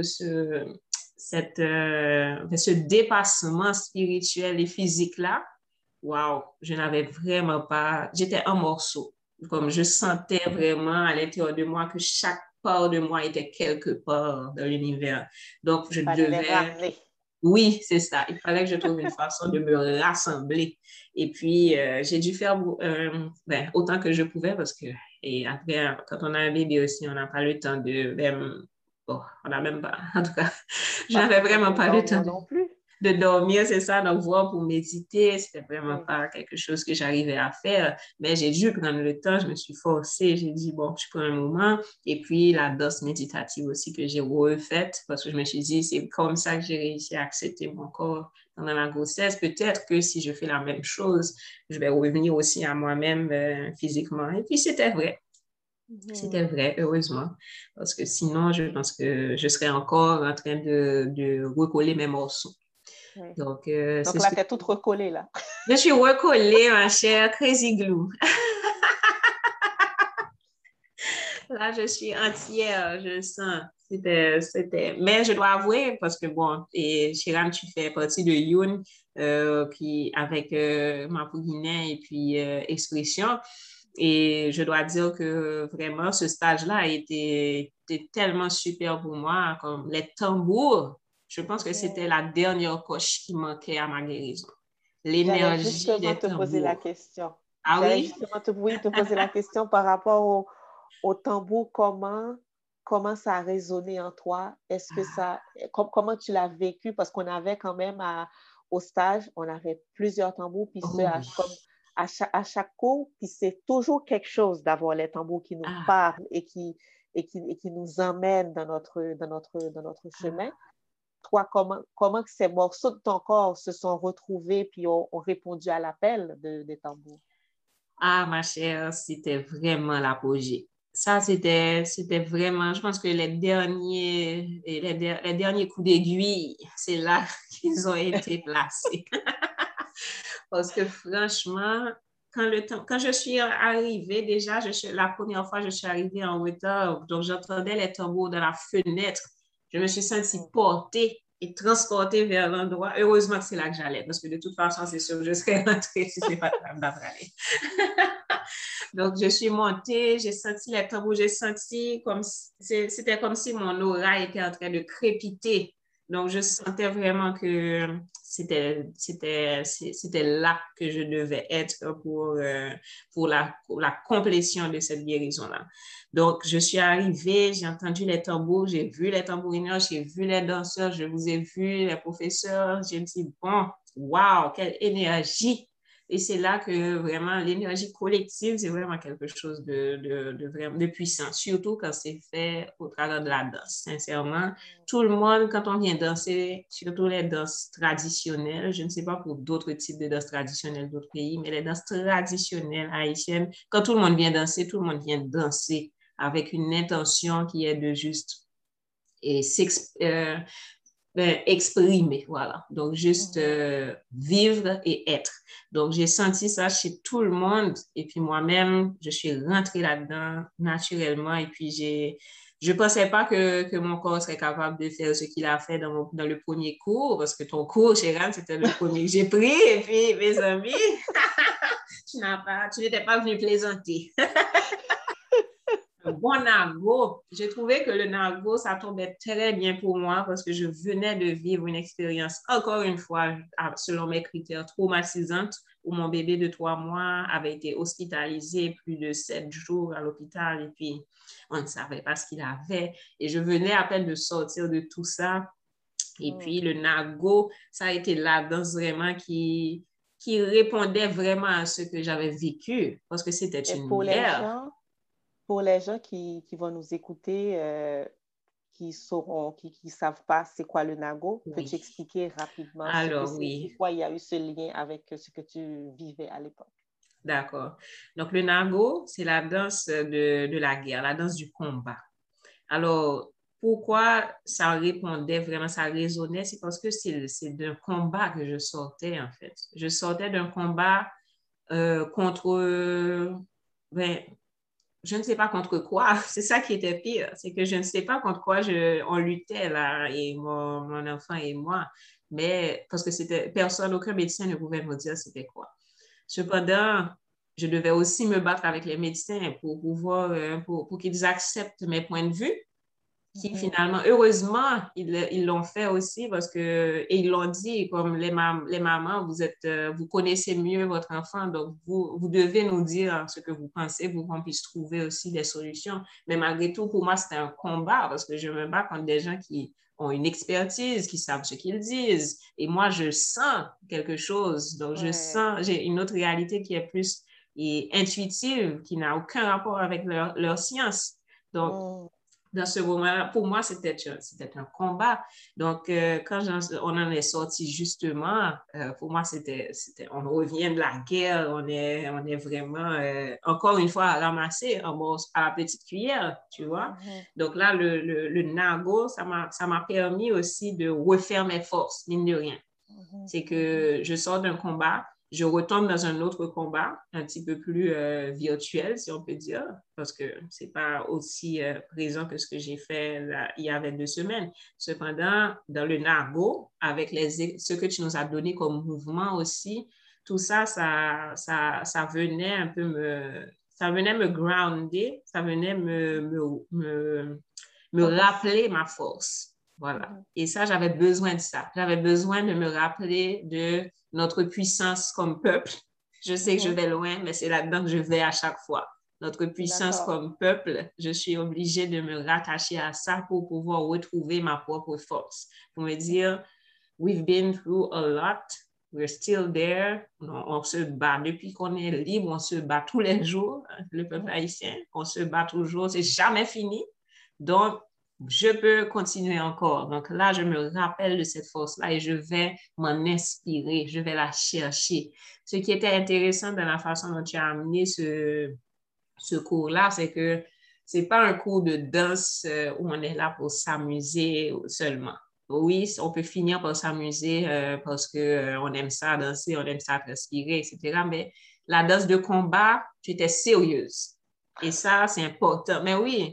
ce dépassement spirituel et physique-là, waouh, je n'avais vraiment pas, j'étais un morceau. Comme je sentais vraiment à l'intérieur de moi que chaque part de moi était quelque part dans l'univers. Donc, je devais... Oui, c'est ça. Il fallait que je trouve une façon de me rassembler. Et puis, j'ai dû faire autant que je pouvais parce que, et après, quand on a un bébé aussi, on n'a pas le temps de même, bon, on n'a même pas, en tout cas, je n'avais vraiment pas le temps non plus. De dormir, c'est ça. Donc, voir pour méditer, c'était vraiment pas quelque chose que j'arrivais à faire. Mais j'ai dû prendre le temps, je me suis forcée. J'ai dit, bon, je prends un moment. Et puis, la danse méditative aussi que j'ai refaite parce que je me suis dit, c'est comme ça que j'ai réussi à accepter mon corps pendant la grossesse. Peut-être que si je fais la même chose, je vais revenir aussi à moi-même physiquement. Et puis, c'était vrai. C'était vrai, heureusement, parce que sinon, je pense que je serais encore en train de recoller mes morceaux. Oui. Donc là, tu es toute recollée, là. Je suis recollée, ma chère, crazy glue. Là, je suis entière, je le sens. Mais je dois avouer, parce que bon, et Chiram, tu fais partie de Youn, qui, avec Mapouguinet et puis Expression. Et je dois dire que vraiment, ce stage-là a été tellement super pour moi, comme les tambours. Je pense que c'était la dernière coche qui manquait à ma guérison. J'allais L'énergie justement des te poser la tambours. question. Ah J'allais oui? justement te poser la question par rapport au tambour, comment ça a résonné en toi? Est-ce que comment tu l'as vécu? Parce qu'on avait quand même au stage, on avait plusieurs tambours, puis Oh oui. à chaque cours, puis c'est toujours quelque chose d'avoir les tambours qui nous parlent et qui nous emmènent dans notre chemin. Toi, comment ces morceaux de ton corps se sont retrouvés puis ont répondu à l'appel des tambours? Ah, ma chère, c'était vraiment l'apogée. Ça, c'était vraiment, je pense que les derniers coups d'aiguille, c'est là qu'ils ont été placés. Parce que franchement, quand je suis arrivée, déjà, la première fois, je suis arrivée en retard, donc j'entendais les tambours de la fenêtre. Je me suis sentie portée et transportée vers l'endroit. Heureusement que c'est là que j'allais, parce que de toute façon, c'est sûr que je serais rentrée si je n'ai pas d'aller. Donc, je suis montée, j'ai senti les tambours, j'ai senti comme c'était comme si mon aura était en train de crépiter. Donc, je sentais vraiment que c'était là que je devais être pour la complétion de cette guérison-là. Donc, je suis arrivée, j'ai entendu les tambours, j'ai vu les tambourineurs, j'ai vu les danseurs, je vous ai vu, les professeurs. J'ai dit, bon, wow, quelle énergie! Et c'est là que vraiment l'énergie collective, c'est vraiment quelque chose de puissant, surtout quand c'est fait au travers de la danse. Sincèrement, tout le monde, quand on vient danser, surtout les danses traditionnelles, je ne sais pas pour d'autres types de danses traditionnelles d'autres pays, mais les danses traditionnelles haïtiennes, quand tout le monde vient danser, tout le monde vient danser avec une intention qui est de juste et exprimer, voilà. Donc, juste vivre et être. Donc, j'ai senti ça chez tout le monde. Et puis, moi-même, je suis rentrée là-dedans naturellement. Et puis, je ne pensais pas que mon corps serait capable de faire ce qu'il a fait dans le premier cours, parce que ton cours, Chéran, c'était le premier que j'ai pris. Et puis, mes amis, tu n'étais pas venu plaisanter. Un bon nargo. J'ai trouvé que le nargo, ça tombait très bien pour moi parce que je venais de vivre une expérience, encore une fois, selon mes critères, traumatisante, où mon bébé de 3 mois avait été hospitalisé plus de 7 jours à l'hôpital et puis on ne savait pas ce qu'il avait. Et je venais à peine de sortir de tout ça. Et puis le nargo, ça a été la danse vraiment qui répondait vraiment à ce que j'avais vécu parce que c'était Et une guerre. pour les gens qui vont nous écouter, qui sauront, qui savent pas c'est quoi le nago, peux-tu Oui. expliquer rapidement ce que Alors, c'est, oui, pourquoi il y a eu ce lien avec ce que tu vivais à l'époque? d'accord. Donc, le nago, c'est la danse de la guerre, la danse du combat. Alors, pourquoi ça répondait vraiment, ça résonnait, c'est parce que c'est d'un combat que je sortais, en fait. Je sortais d'un combat contre, ben, je ne sais pas contre quoi. C'est ça qui était pire. C'est que je ne sais pas contre quoi on luttait là, et mon enfant et moi. Mais parce que c'était personne, aucun médecin ne pouvait me dire c'était quoi. Cependant, je devais aussi me battre avec les médecins pour pouvoir, pour qu'ils acceptent mes points de vue qui finalement, heureusement, ils l'ont fait aussi parce que, et ils l'ont dit, comme les mamans, vous connaissez mieux votre enfant, donc vous devez nous dire ce que vous pensez pour qu'on puisse trouver aussi des solutions. Mais malgré tout, pour moi, c'était un combat parce que je me bats contre des gens qui ont une expertise, qui savent ce qu'ils disent. Et moi, je sens quelque chose. Donc, j'ai une autre réalité qui est plus intuitive, qui n'a aucun rapport avec leur science. Donc, dans ce moment-là, pour moi, c'était un combat. Donc, quand on en est sorti justement, pour moi, on revient de la guerre, on est vraiment, encore une fois, ramasser à la petite cuillère, tu vois. Donc là, le nago, ça m'a permis aussi de refaire mes forces, mine de rien. C'est que je sors d'un combat, je retombe dans un autre combat, un petit peu plus virtuel, si on peut dire, parce que ce n'est pas aussi présent que ce que j'ai fait là, il y avait 2 semaines. Cependant, dans le nargo, avec ce que tu nous as donné comme mouvement aussi, tout ça, ça venait un peu ça venait me grounder, ça venait me rappeler ma force. Voilà. Et ça, j'avais besoin de ça. J'avais besoin de me rappeler de notre puissance comme peuple. Je sais que je vais loin, mais c'est là-dedans que je vais à chaque fois. Notre puissance comme peuple, je suis obligée de me rattacher à ça pour pouvoir retrouver ma propre force. Pour me dire, we've been through a lot, we're still there. On se bat depuis qu'on est libre, on se bat tous les jours, le peuple haïtien. On se bat toujours, c'est jamais fini. Donc, je peux continuer encore. Donc là, je me rappelle de cette force-là et je vais m'en inspirer, je vais la chercher. Ce qui était intéressant dans la façon dont tu as amené ce cours-là, c'est que ce n'est pas un cours de danse où on est là pour s'amuser seulement. Oui, on peut finir par s'amuser parce qu'on aime ça danser, on aime ça respirer, etc. Mais la danse de combat, tu étais sérieuse. Et ça, c'est important. Mais oui,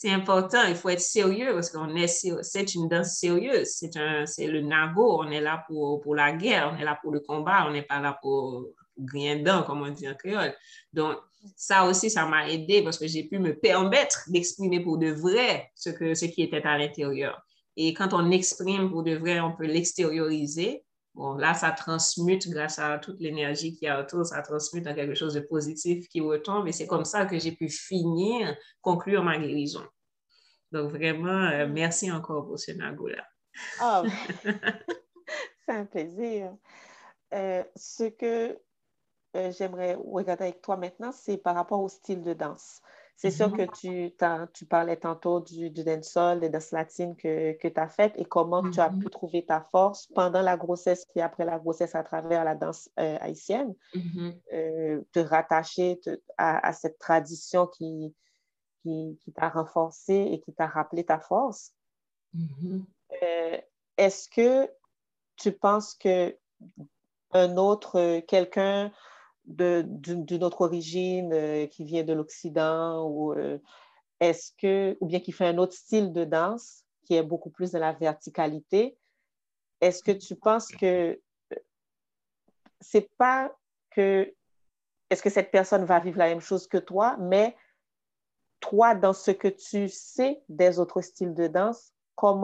c'est important, il faut être sérieux parce c'est une danse sérieuse, c'est le nago, on est là pour la guerre, on est là pour le combat, on n'est pas là pour rien dedans, comme on dit en créole. Donc, ça aussi, ça m'a aidé parce que j'ai pu me permettre d'exprimer pour de vrai ce qui était à l'intérieur. Et quand on exprime pour de vrai, on peut l'extérioriser. Bon, là, ça transmute grâce à toute l'énergie qu'il y a autour, ça transmute en quelque chose de positif qui retombe. Et c'est comme ça que j'ai pu conclure ma guérison. Donc, vraiment, merci encore pour ce nago-là. Ah, c'est un plaisir. Ce que j'aimerais regarder avec toi maintenant, c'est par rapport au style de danse. C'est sûr que tu parlais tantôt du dancehall, des danses latines que tu as faites et comment tu as pu trouver ta force pendant la grossesse puis après la grossesse à travers la danse haïtienne, te rattacher à cette tradition qui t'a renforcé et qui t'a rappelé ta force. Euh, Est-ce que tu penses que un autre, quelqu'un d'une autre origine qui vient de l'Occident ou ou bien qui fait un autre style de danse qui est beaucoup plus de la verticalité, est-ce que tu penses que c'est pas que est-ce que cette personne va vivre la même chose que toi, mais toi, dans ce que tu sais des autres styles de danse,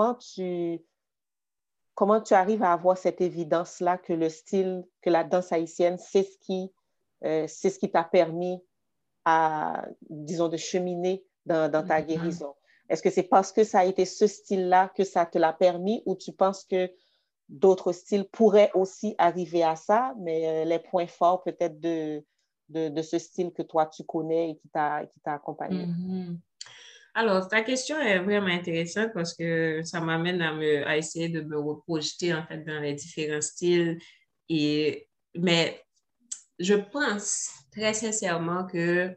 comment tu arrives à avoir cette évidence-là que que la danse haïtienne, c'est ce qui t'a permis disons, de cheminer dans ta guérison? Est-ce que c'est parce que ça a été ce style-là que ça te l'a permis ou tu penses que d'autres styles pourraient aussi arriver à ça, mais les points forts peut-être de ce style que toi tu connais et qui t'a accompagné? Alors, ta question est vraiment intéressante parce que ça m'amène à essayer de me reprojeter en fait dans les différents styles. Mais je pense très sincèrement que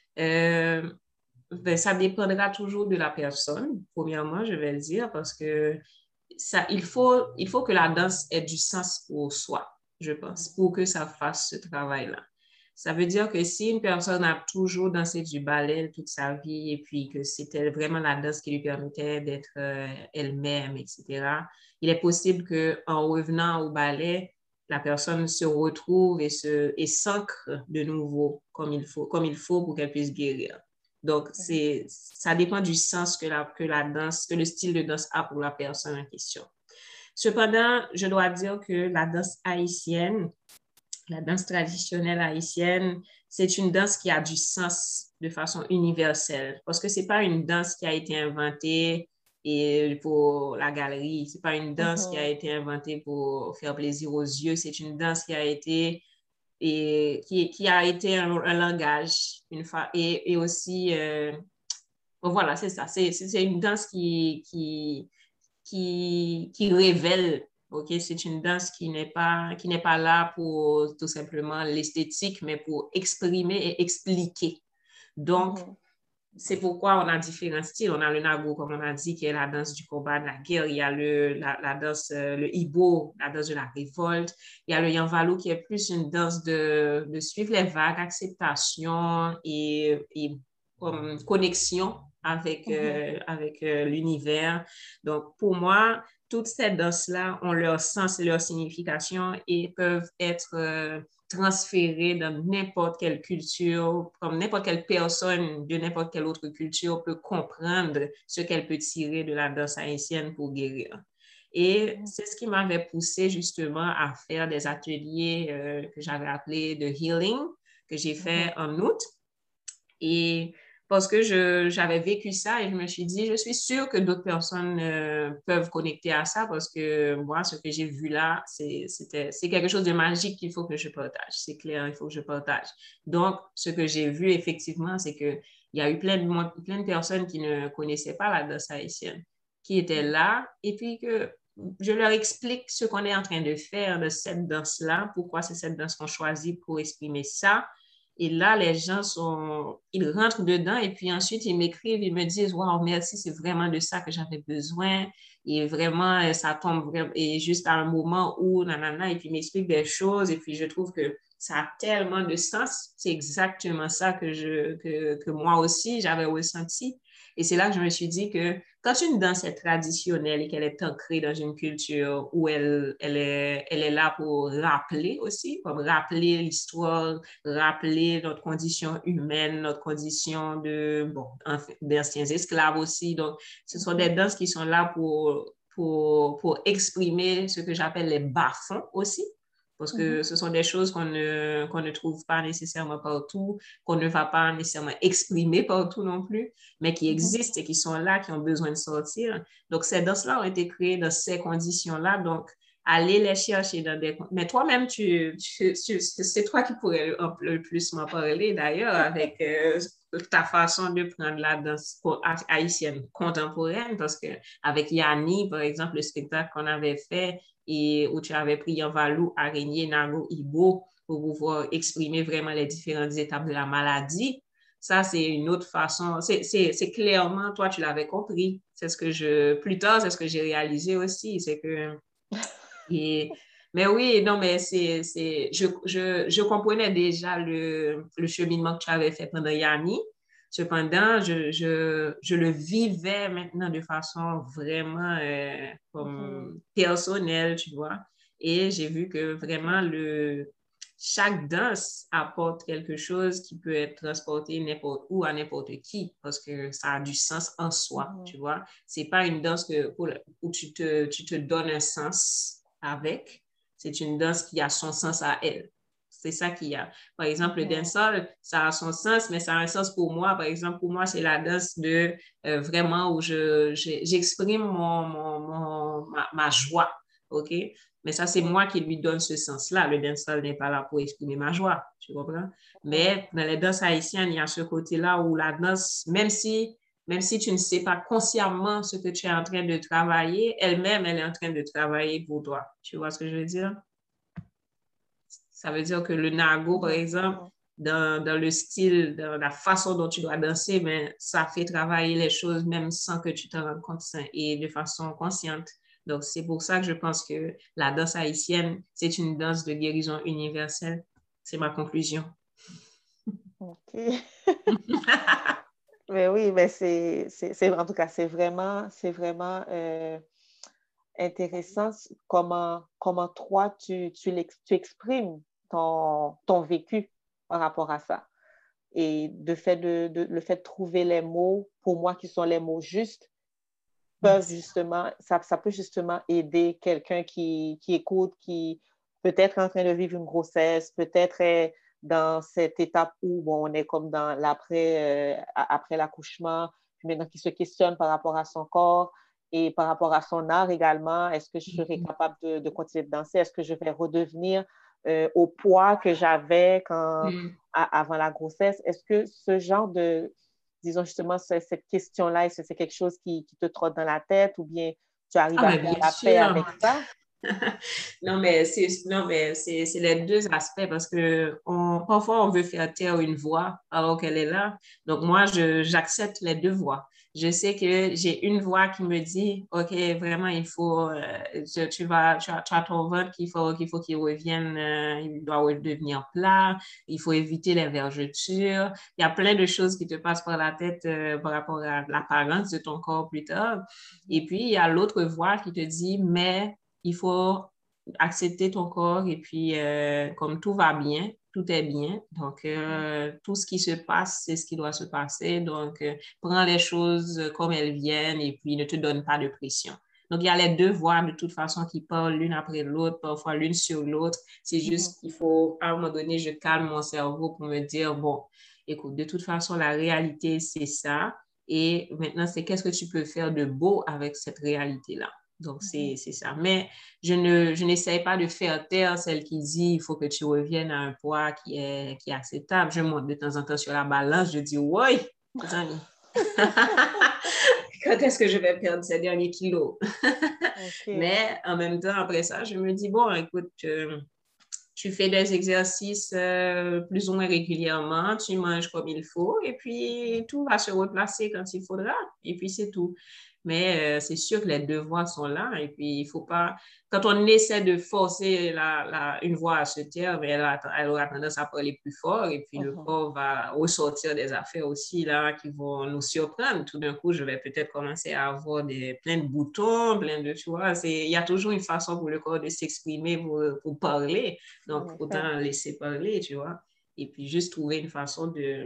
ça dépendra toujours de la personne, premièrement, je vais le dire, parce que il faut que la danse ait du sens pour soi, je pense, pour que ça fasse ce travail-là. Ça veut dire que si une personne a toujours dansé du ballet toute sa vie et puis que c'était vraiment la danse qui lui permettait d'être elle-même, etc., il est possible qu'en revenant au ballet, la personne se retrouve et s'ancre de nouveau comme il faut pour qu'elle puisse guérir. Donc, ça dépend du sens que la danse, que le style de danse a pour la personne en question. Cependant, je dois dire que la danse haïtienne, la danse traditionnelle haïtienne, c'est une danse qui a du sens de façon universelle parce que c'est pas une danse qui a été inventée pour la galerie. C'est pas une danse qui a été inventée pour faire plaisir aux yeux. C'est une danse qui a été qui a été un langage et aussi bon, voilà, c'est ça. C'est une danse qui révèle. OK, c'est une danse qui n'est pas là pour tout simplement l'esthétique, mais pour exprimer et expliquer. Donc, c'est pourquoi on a différents styles. On a le nago, comme on a dit, qui est la danse du combat, de la guerre. Il y a la danse, le ibo, la danse de la révolte. Il y a le yanvalou, qui est plus une danse de suivre les vagues, acceptation et connexion avec l'univers. Donc, pour moi, toutes ces danses-là ont leur sens et leur signification et peuvent être transférées dans n'importe quelle culture, comme n'importe quelle personne de n'importe quelle autre culture peut comprendre ce qu'elle peut tirer de la danse haïtienne pour guérir. Et c'est ce qui m'avait poussé justement à faire des ateliers que j'avais appelés de healing, que j'ai fait en août. Et parce que j'avais vécu ça et je me suis dit, je suis sûre que d'autres personnes peuvent connecter à ça parce que moi, ce que j'ai vu là, c'est quelque chose de magique qu'il faut que je partage. C'est clair, il faut que je partage. Donc, ce que j'ai vu effectivement, c'est qu'il y a eu plein de personnes qui ne connaissaient pas la danse haïtienne, qui étaient là et puis que je leur explique ce qu'on est en train de faire de cette danse-là, pourquoi c'est cette danse qu'on choisit pour exprimer ça. Et là, les gens ils rentrent dedans et puis ensuite, ils m'écrivent, ils me disent, waouh, merci, c'est vraiment de ça que j'avais besoin. Et vraiment, ça tombe vraiment, et juste à un moment où, nanana, et puis ils m'expliquent des choses et puis je trouve que ça a tellement de sens. C'est exactement ça que moi aussi, j'avais ressenti. Et c'est là que je me suis dit que quand une danse est traditionnelle et qu'elle est ancrée dans une culture où elle est là pour rappeler aussi, comme rappeler l'histoire, rappeler notre condition humaine, notre condition d'anciens esclaves aussi. Donc, ce sont des danses qui sont là pour exprimer ce que j'appelle les bas-fonds aussi, parce que ce sont des choses qu'on ne trouve pas nécessairement partout, qu'on ne va pas nécessairement exprimer partout non plus, mais qui existent et qui sont là, qui ont besoin de sortir. Donc, ces danses-là ont été créées dans ces conditions-là. Donc, aller les chercher dans des... Mais toi-même, c'est toi qui pourrais le plus m'en parler, d'ailleurs, avec ta façon de prendre la danse haïtienne contemporaine, parce que avec Yanni, par exemple, le spectacle qu'on avait fait et où tu avais pris en valou, araignée, nago, ibo, pour pouvoir exprimer vraiment les différentes étapes de la maladie. Ça, c'est une autre façon. C'est clairement, toi, tu l'avais compris. Plus tard, c'est ce que j'ai réalisé aussi. C'est que et, mais oui, non, mais je comprenais déjà le cheminement que tu avais fait pendant Yanni. Cependant, je le vivais maintenant de façon vraiment comme personnelle, tu vois. Et j'ai vu que vraiment chaque danse apporte quelque chose qui peut être transporté n'importe où à n'importe qui parce que ça a du sens en soi, tu vois. C'est pas une danse où tu te donnes un sens avec. C'est une danse qui a son sens à elle. C'est ça qu'il y a. Par exemple, le dancehall, ça a son sens, mais ça a un sens pour moi. Par exemple, pour moi, c'est la danse de vraiment où j'exprime ma joie. OK? Mais ça, c'est moi qui lui donne ce sens-là. Le dancehall n'est pas là pour exprimer ma joie. Tu comprends? Mais dans les danses haïtiennes, il y a ce côté-là où la danse, même si tu ne sais pas consciemment ce que tu es en train de travailler, elle-même, elle est en train de travailler pour toi. Tu vois ce que je veux dire? Ça veut dire que le nago, par exemple, dans le style, dans la façon dont tu dois danser, mais ça fait travailler les choses même sans que tu t'en rendes compte et de façon consciente. Donc, c'est pour ça que je pense que la danse haïtienne, c'est une danse de guérison universelle. C'est ma conclusion. OK. Mais oui, mais en tout cas, c'est vraiment intéressant comment toi, tu exprimes ton vécu par rapport à ça. Et le fait de trouver les mots, pour moi, qui sont les mots justes, ça peut justement aider quelqu'un qui écoute, qui peut-être est en train de vivre une grossesse, peut-être est dans cette étape où bon, on est comme dans après l'accouchement, puis maintenant qui se questionne par rapport à son corps et par rapport à son art également. Est-ce que je serai capable de continuer de danser? Est-ce que je vais redevenir au poids que j'avais avant la grossesse? Est-ce que ce genre disons justement, cette question-là, est-ce que c'est quelque chose qui te trotte dans la tête ou bien tu arrives à faire bien la paix sûr. avec ça? Non, mais c'est les deux aspects parce que parfois on veut faire taire une voix alors qu'elle est là. Donc moi, j'accepte les deux voix. Je sais que j'ai une voix qui me dit, OK, vraiment, il faut, tu as ton ventre qu'il revienne, il doit redevenir plat, il faut éviter les vergetures. Il y a plein de choses qui te passent par la tête par rapport à l'apparence de ton corps plus tard. Et puis, il y a l'autre voix qui te dit, mais il faut accepter ton corps et puis comme tout va bien, tout est bien. Donc, tout ce qui se passe, c'est ce qui doit se passer. Donc, prends les choses comme elles viennent et puis ne te donne pas de pression. Donc, il y a les deux voix de toute façon qui parlent l'une après l'autre, parfois l'une sur l'autre. C'est juste qu'il faut, à un moment donné, je calme mon cerveau pour me dire, bon, écoute, de toute façon, la réalité, c'est ça. Et maintenant, c'est qu'est-ce que tu peux faire de beau avec cette réalité-là. Donc, c'est ça. Mais je n'essaye pas de faire taire celle qui dit il faut que tu reviennes à un poids qui est acceptable. Je monte de temps en temps sur la balance, je dis oui, les amis. Quand est-ce que je vais perdre ces derniers kilos? Mais en même temps, après ça, je me dis bon, écoute, tu fais des exercices plus ou moins régulièrement, tu manges comme il faut et puis tout va se replacer quand il faudra. Et puis c'est tout. Mais c'est sûr que les deux voix sont là. Et puis, il faut pas... Quand on essaie de forcer une voix à se taire, mais elle aura tendance à parler plus fort. Et puis, le corps va ressortir des affaires aussi là qui vont nous surprendre. Tout d'un coup, je vais peut-être commencer à avoir plein de boutons, plein de... Tu vois, il y a toujours une façon pour le corps de s'exprimer pour parler. Donc, autant laisser parler, tu vois. Et puis, juste trouver une façon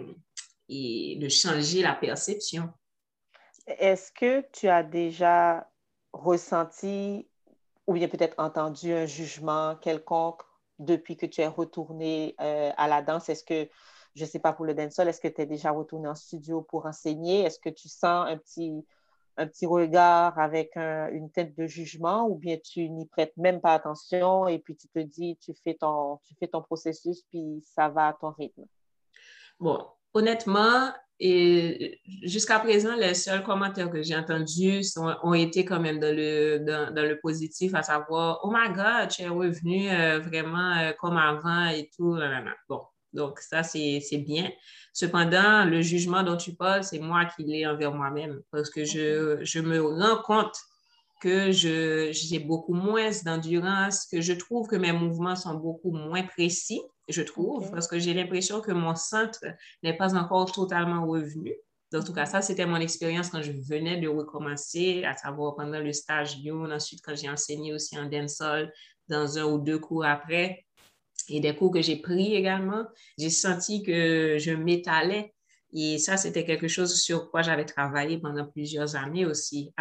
de changer la perception. Est-ce que tu as déjà ressenti ou bien peut-être entendu un jugement quelconque depuis que tu es retourné à la danse? Est-ce que, je ne sais pas pour le dancehall, est-ce que tu es déjà retourné en studio pour enseigner? Est-ce que tu sens un petit regard avec une tête de jugement ou bien tu n'y prêtes même pas attention et puis tu te dis, tu fais ton processus puis ça va à ton rythme? Bon, honnêtement, et jusqu'à présent, les seuls commentaires que j'ai entendus ont été quand même dans le positif, à savoir, oh my God, tu es revenu vraiment comme avant et tout. Nanana. Bon, donc ça, c'est bien. Cependant, le jugement dont tu parles, c'est moi qui l'ai envers moi-même parce que je me rends compte que j'ai beaucoup moins d'endurance, que je trouve que mes mouvements sont beaucoup moins précis, je trouve, parce que j'ai l'impression que mon centre n'est pas encore totalement revenu. En tout cas, ça, c'était mon expérience quand je venais de recommencer, à savoir pendant le stage Youn, ensuite quand j'ai enseigné aussi en dancehall, dans un ou deux cours après, et des cours que j'ai pris également, j'ai senti que je m'étalais. Et ça, c'était quelque chose sur quoi j'avais travaillé pendant plusieurs années aussi,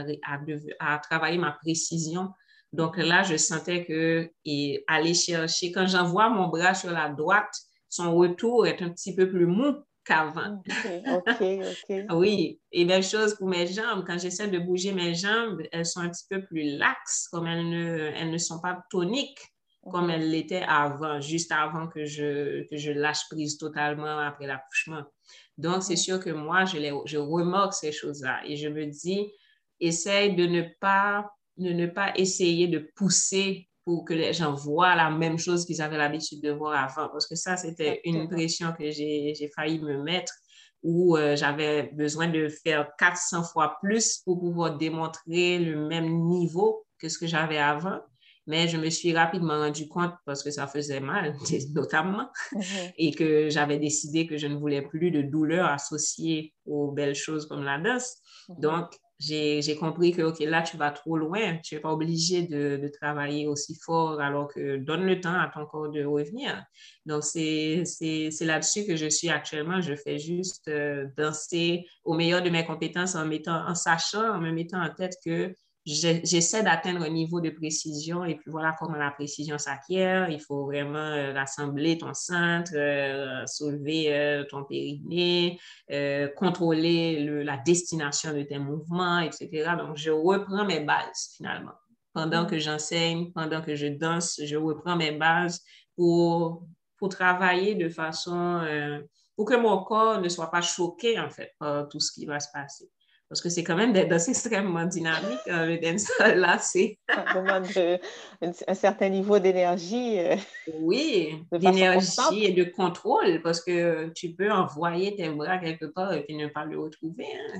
à travailler ma précision. Donc là, je sentais que aller chercher, quand j'envoie mon bras sur la droite, son retour est un petit peu plus mou qu'avant. OK. Oui, et même chose pour mes jambes. Quand j'essaie de bouger mes jambes, elles sont un petit peu plus laxes, comme elles ne sont pas toniques comme elles l'étaient avant, juste avant que je lâche prise totalement après l'accouchement. Donc, c'est sûr que moi, je remarque ces choses-là et je me dis, essaye de ne pas essayer de pousser pour que les gens voient la même chose qu'ils avaient l'habitude de voir avant. Parce que ça, c'était une pression que j'ai failli me mettre où j'avais besoin de faire 400 fois plus pour pouvoir démontrer le même niveau que ce que j'avais avant. Mais je me suis rapidement rendu compte, parce que ça faisait mal, notamment, et que j'avais décidé que je ne voulais plus de douleur associée aux belles choses comme la danse. Donc, j'ai compris que, OK, là, tu vas trop loin. Tu n'es pas obligé de travailler aussi fort, alors que donne le temps à ton corps de revenir. Donc, c'est là-dessus que je suis actuellement. Je fais juste danser au meilleur de mes compétences en sachant, en me mettant en tête que j'essaie d'atteindre un niveau de précision et puis voilà comment la précision s'acquiert. Il faut vraiment rassembler ton centre, soulever ton périnée, contrôler la destination de tes mouvements, etc. Donc, je reprends mes bases finalement. Pendant que j'enseigne, pendant que je danse, je reprends mes bases pour travailler de façon, pour que mon corps ne soit pas choqué en fait par tout ce qui va se passer. Parce que c'est quand même des danses extrêmement dynamiques. Le dancehall, là, c'est... Ça demande un certain niveau d'énergie Oui, de façon d'énergie constante. et de contrôle, parce que tu peux envoyer tes bras quelque part et puis ne pas le retrouver. Hein.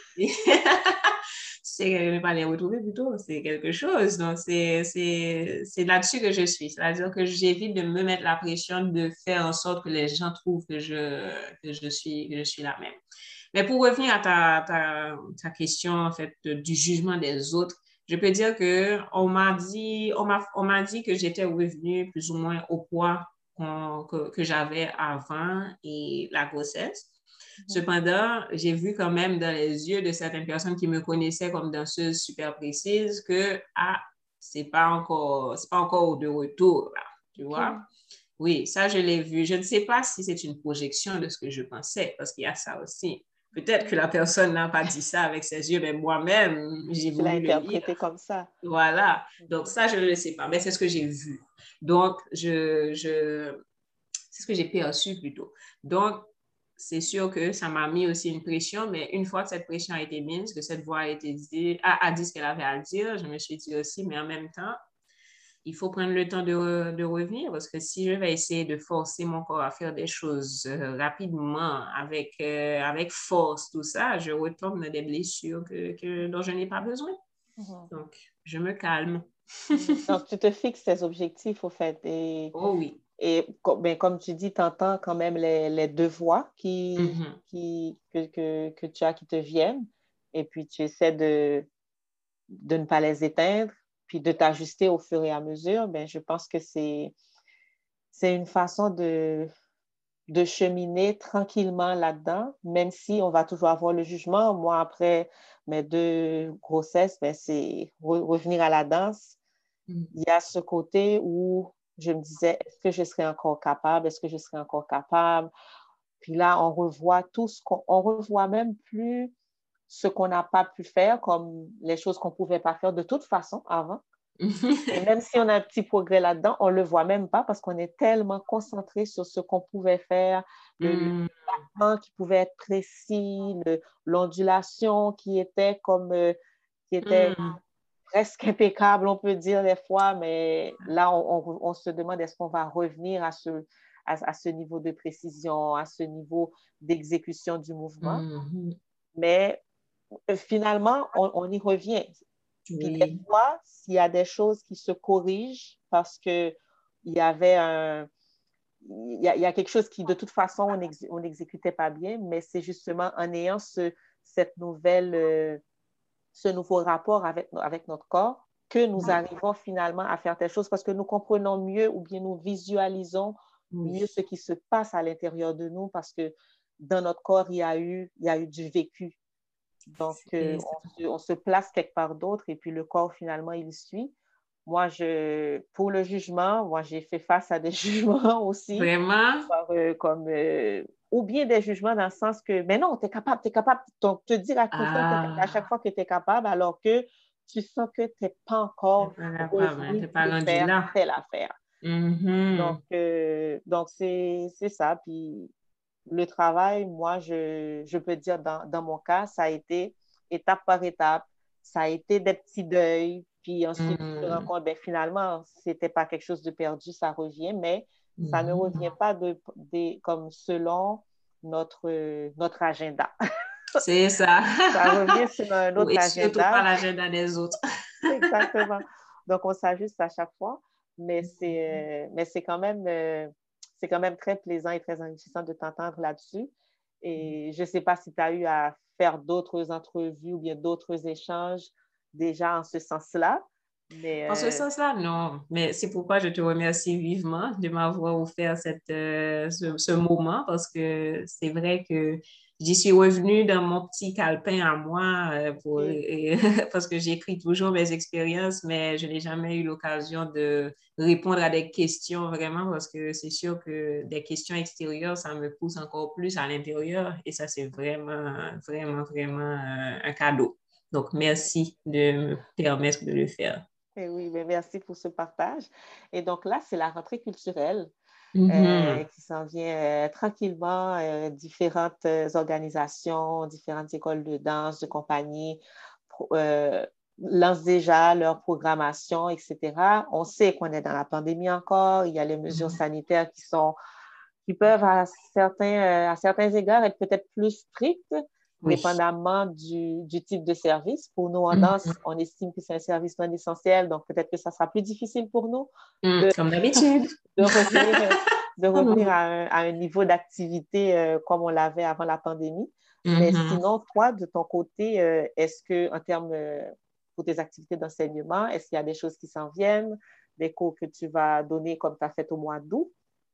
C'est ne pas les retrouver plutôt, c'est quelque chose. Donc, c'est là-dessus que je suis. C'est-à-dire que j'évite de me mettre la pression de faire en sorte que les gens trouvent que je suis la même. Mais pour revenir à ta question, en fait, du jugement des autres, je peux dire que on m'a dit que j'étais revenue plus ou moins au poids que j'avais avant et la grossesse. Cependant, j'ai vu quand même dans les yeux de certaines personnes qui me connaissaient comme danseuse super précise que, c'est pas encore de retour, là, tu vois. Oui, ça, je l'ai vu. Je ne sais pas si c'est une projection de ce que je pensais, parce qu'il y a ça aussi. Peut-être que la personne n'a pas dit ça avec ses yeux, mais moi-même, j'ai Tu l'as voulu le lire. interprété comme ça. Voilà. Donc, ça, je ne le sais pas, mais c'est ce que j'ai vu. Donc, c'est ce que j'ai perçu plutôt. Donc, c'est sûr que ça m'a mis aussi une pression, mais une fois que cette pression a été mise, que cette voix a dit ce qu'elle avait à dire, je me suis dit aussi, mais en même temps, il faut prendre le temps de revenir parce que si je vais essayer de forcer mon corps à faire des choses rapidement, avec force, tout ça, je retombe dans des blessures dont je n'ai pas besoin. Mhm. Donc, je me calme. Mhm. Donc, tu te fixes tes objectifs, au fait. Oh oui. Et ben, comme tu dis, tu entends quand même les deux voix Mhm. que tu as qui te viennent. Et puis, tu essaies de ne pas les éteindre, puis de t'ajuster au fur et à mesure. Ben, je pense que c'est une façon de cheminer tranquillement là-dedans, même si on va toujours avoir le jugement. Moi, après mes 2 grossesses, ben, c'est revenir à la danse. Il y a ce côté où je me disais, est-ce que je serais encore capable? Est-ce que je serais encore capable? Puis là, on revoit tout on revoit même plus ce qu'on n'a pas pu faire, comme les choses qu'on ne pouvait pas faire de toute façon avant. Et même si on a un petit progrès là-dedans, on ne le voit même pas parce qu'on est tellement concentré sur ce qu'on pouvait faire, le Mm. battement qui pouvait être précis, l'ondulation qui était Mm. presque impeccable, on peut dire des fois, mais là, on se demande est-ce qu'on va revenir à ce niveau de précision, à ce niveau d'exécution du mouvement. Mhm. Mais finalement, on y revient. Puis des Oui. fois, s'il y a des choses qui se corrigent parce que il y avait il y a quelque chose qui, de toute façon, on n'exécutait pas bien, mais c'est justement en ayant cette ce nouveau rapport avec notre corps que nous arrivons finalement à faire telle chose parce que nous comprenons mieux ou bien nous visualisons mieux Oui. ce qui se passe à l'intérieur de nous parce que dans notre corps, il y a eu du vécu. Donc, C'est ça. on se place quelque part d'autre et puis le corps, finalement, il suit. Moi, pour le jugement, moi, j'ai fait face à des jugements aussi, Vraiment? ou bien des jugements dans le sens que, mais non, tu es capable, tu es capable. Donc, te dire tout le temps à chaque Ah, fois que tu es capable, alors que tu sens que tu n'es pas t'es encore pas capable, hein? revenu T'es pas de rendu faire là. telle affaire. Mhm. Donc c'est ça. Puis le travail, moi, je peux dire dans mon cas, ça a été étape par étape. Ça a été des petits deuils. Puis ensuite, tu te rends Mhm. compte, ben, finalement, c'était pas quelque chose de perdu, ça revient, mais ça ne revient Mhm. pas comme selon notre agenda. C'est ça. Ça revient sur un autre Et surtout pas agenda. l'agenda des autres. Exactement. Donc, on s'ajuste à chaque fois, mais c'est quand même très plaisant et très enrichissant de t'entendre là-dessus. Et je ne sais pas si tu as eu à faire d'autres entrevues ou bien d'autres échanges déjà en ce sens-là, En ce mais sens-là, non. Mais c'est pourquoi je te remercie vivement de m'avoir offert ce moment parce que c'est vrai que j'y suis revenue dans mon petit calepin à moi parce que j'écris toujours mes expériences, mais je n'ai jamais eu l'occasion de répondre à des questions vraiment parce que c'est sûr que des questions extérieures, ça me pousse encore plus à l'intérieur et ça, c'est vraiment un cadeau. Donc, merci de me permettre de le faire. oui, ben merci pour ce partage. Et donc là, c'est la rentrée culturelle. Mhm. Qui s'en vient tranquillement. Différentes organisations, différentes écoles de danse, de compagnie lancent déjà leur programmation, etc. On sait qu'on est dans la pandémie encore. Il y a les mesures Mhm. sanitaires qui peuvent à certains égards être peut-être plus strictes, Oui. dépendamment du type de service. Pour nous, en danse, Mhm. on estime que c'est un service non essentiel, donc peut-être que ça sera plus difficile pour nous Comme d'habitude. de revenir, de revenir à un niveau d'activité comme on l'avait avant la pandémie. Mais Mhm. sinon, toi, de ton côté, est-ce que, en termes pour tes activités d'enseignement, est-ce qu'il y a des choses qui s'en viennent, des cours que tu vas donner comme tu as fait au mois d'août?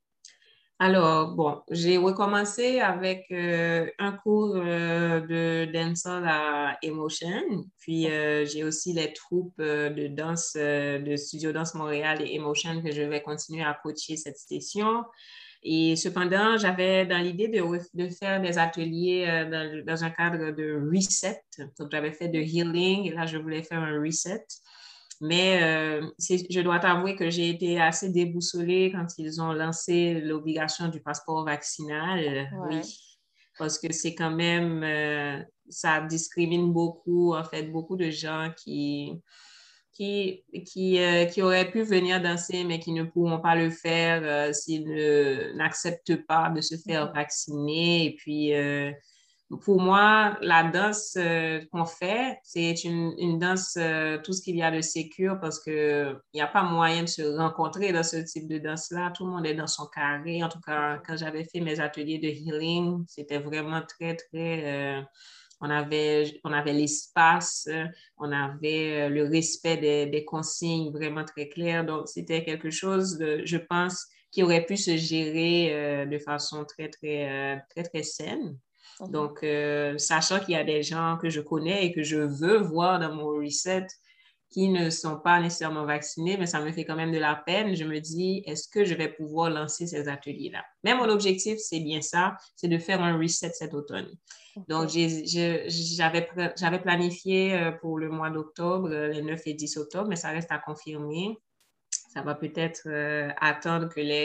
Alors, bon, j'ai recommencé avec un cours de dancehall à Emotion. Puis, j'ai aussi les troupes de danse de Studio Danse Montréal et Emotion que je vais continuer à coacher cette session. Et cependant, j'avais dans l'idée de faire des ateliers dans un cadre de reset. Donc, j'avais fait de healing et là, je voulais faire un reset. Mais je dois t'avouer que j'ai été assez déboussolée quand ils ont lancé l'obligation du passeport vaccinal. Ouais. Oui, parce que c'est quand même, ça discrimine beaucoup, en fait, beaucoup de gens qui auraient pu venir danser, mais qui ne pourront pas le faire s'ils n'acceptent pas de se faire vacciner. Et puis, pour moi, la danse qu'on fait, c'est une danse, tout ce qu'il y a de sécure parce qu'il n'y a pas moyen de se rencontrer dans ce type de danse-là. Tout le monde est dans son carré. En tout cas, quand j'avais fait mes ateliers de healing, c'était vraiment très, très... on avait l'espace, on avait le respect des consignes vraiment très claires. Donc, c'était quelque chose, je pense, qui aurait pu se gérer de façon très, très, très, très saine. Donc, sachant qu'il y a des gens que je connais et que je veux voir dans mon reset qui ne sont pas nécessairement vaccinés, mais ça me fait quand même de la peine. Je me dis, est-ce que je vais pouvoir lancer ces ateliers-là? Mais mon objectif, c'est bien ça, c'est de faire un reset cet automne. Donc, j'avais planifié pour le mois d'octobre, les 9 et 10 octobre, mais ça reste à confirmer. Ça va peut-être attendre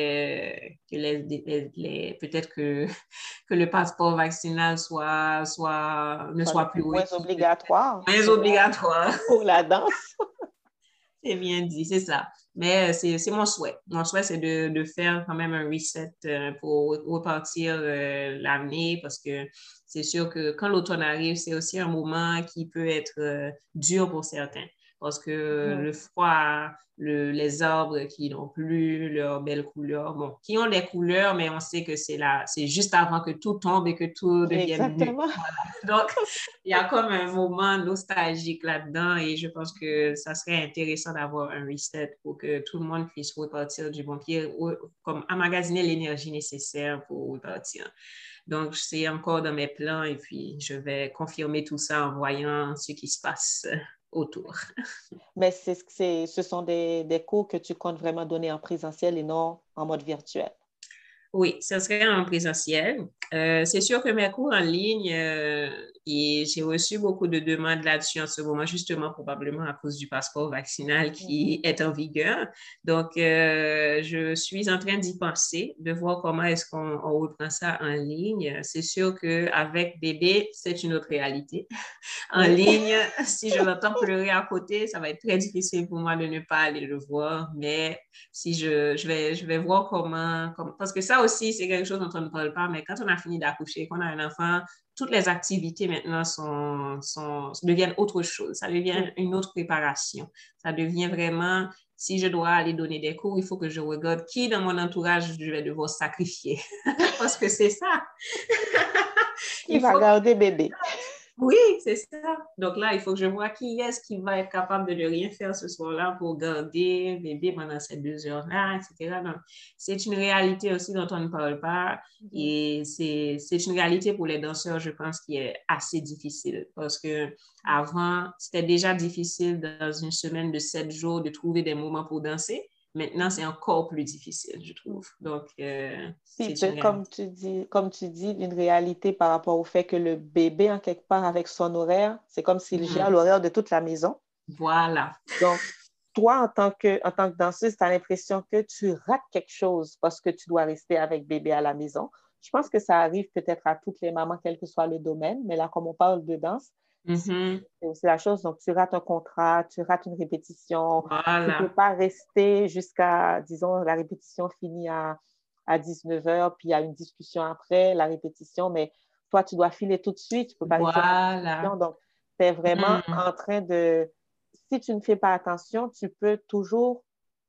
peut-être que le passeport vaccinal ne soit plus moins obligatoire moins obligatoire. pour la danse. C'est bien dit, c'est ça. Mais c'est mon souhait. Mon souhait, c'est de faire quand même un reset pour repartir l'année parce que c'est sûr que quand l'automne arrive, c'est aussi un moment qui peut être dur pour certains parce que le froid, les arbres qui n'ont plus leurs belles couleurs, bon, qui ont des couleurs, mais on sait que c'est juste avant que tout tombe et que tout devienne nu. Exactement. Voilà. Donc, il y a comme un moment nostalgique là-dedans et je pense que ça serait intéressant d'avoir un reset pour que tout le monde puisse repartir du bon pied, comme emmagasiner l'énergie nécessaire pour repartir. Donc, c'est encore dans mes plans et puis je vais confirmer tout ça en voyant ce qui se passe autour. Mais ce sont des cours que tu comptes vraiment donner en présentiel et non en mode virtuel. Oui, ce serait en présentiel. C'est sûr que mes cours en ligne, et j'ai reçu beaucoup de demandes là-dessus en ce moment, justement, probablement à cause du passeport vaccinal qui est en vigueur. Donc, je suis en train d'y penser, de voir comment est-ce qu'on reprend ça en ligne. C'est sûr qu'avec bébé, c'est une autre réalité. En ligne, si je l'entends pleurer à côté, ça va être très difficile pour moi de ne pas aller le voir. Mais si je vais voir comment, parce que ça aussi, c'est quelque chose dont on ne parle pas, mais quand on a fini d'accoucher, qu'on a un enfant, toutes les activités maintenant deviennent autre chose. Ça devient une autre préparation. Ça devient vraiment, si je dois aller donner des cours, il faut que je regarde qui dans mon entourage je vais devoir sacrifier. Parce que c'est ça. Qui va garder bébé? Oui, c'est ça. Donc là, il faut que je vois qui est-ce qui va être capable de ne rien faire ce soir-là pour garder bébé pendant ces 2 heures-là, etc. Donc, c'est une réalité aussi dont on ne parle pas et c'est une réalité pour les danseurs, je pense, qui est assez difficile parce que avant, c'était déjà difficile dans une semaine de 7 jours de trouver des moments pour danser. Maintenant, c'est encore plus difficile, je trouve. Donc, c'est une réalité. Comme tu dis, une réalité par rapport au fait que le bébé, en quelque part, avec son horaire, c'est comme s'il gère l'horaire de toute la maison. Voilà. Donc, toi, en tant que danseuse, tu as l'impression que tu rates quelque chose parce que tu dois rester avec bébé à la maison. Je pense que ça arrive peut-être à toutes les mamans, quel que soit le domaine, mais là, comme on parle de danse, c'est la chose. Donc, tu rates un contrat, tu rates une répétition. Voilà. Tu ne peux pas rester jusqu'à, disons, la répétition finit à 19 heures, puis il y a une discussion après la répétition, mais toi, tu dois filer tout de suite. Tu ne peux pas rester à la discussion. Donc, tu es vraiment en train de... Si tu ne fais pas attention, tu peux toujours...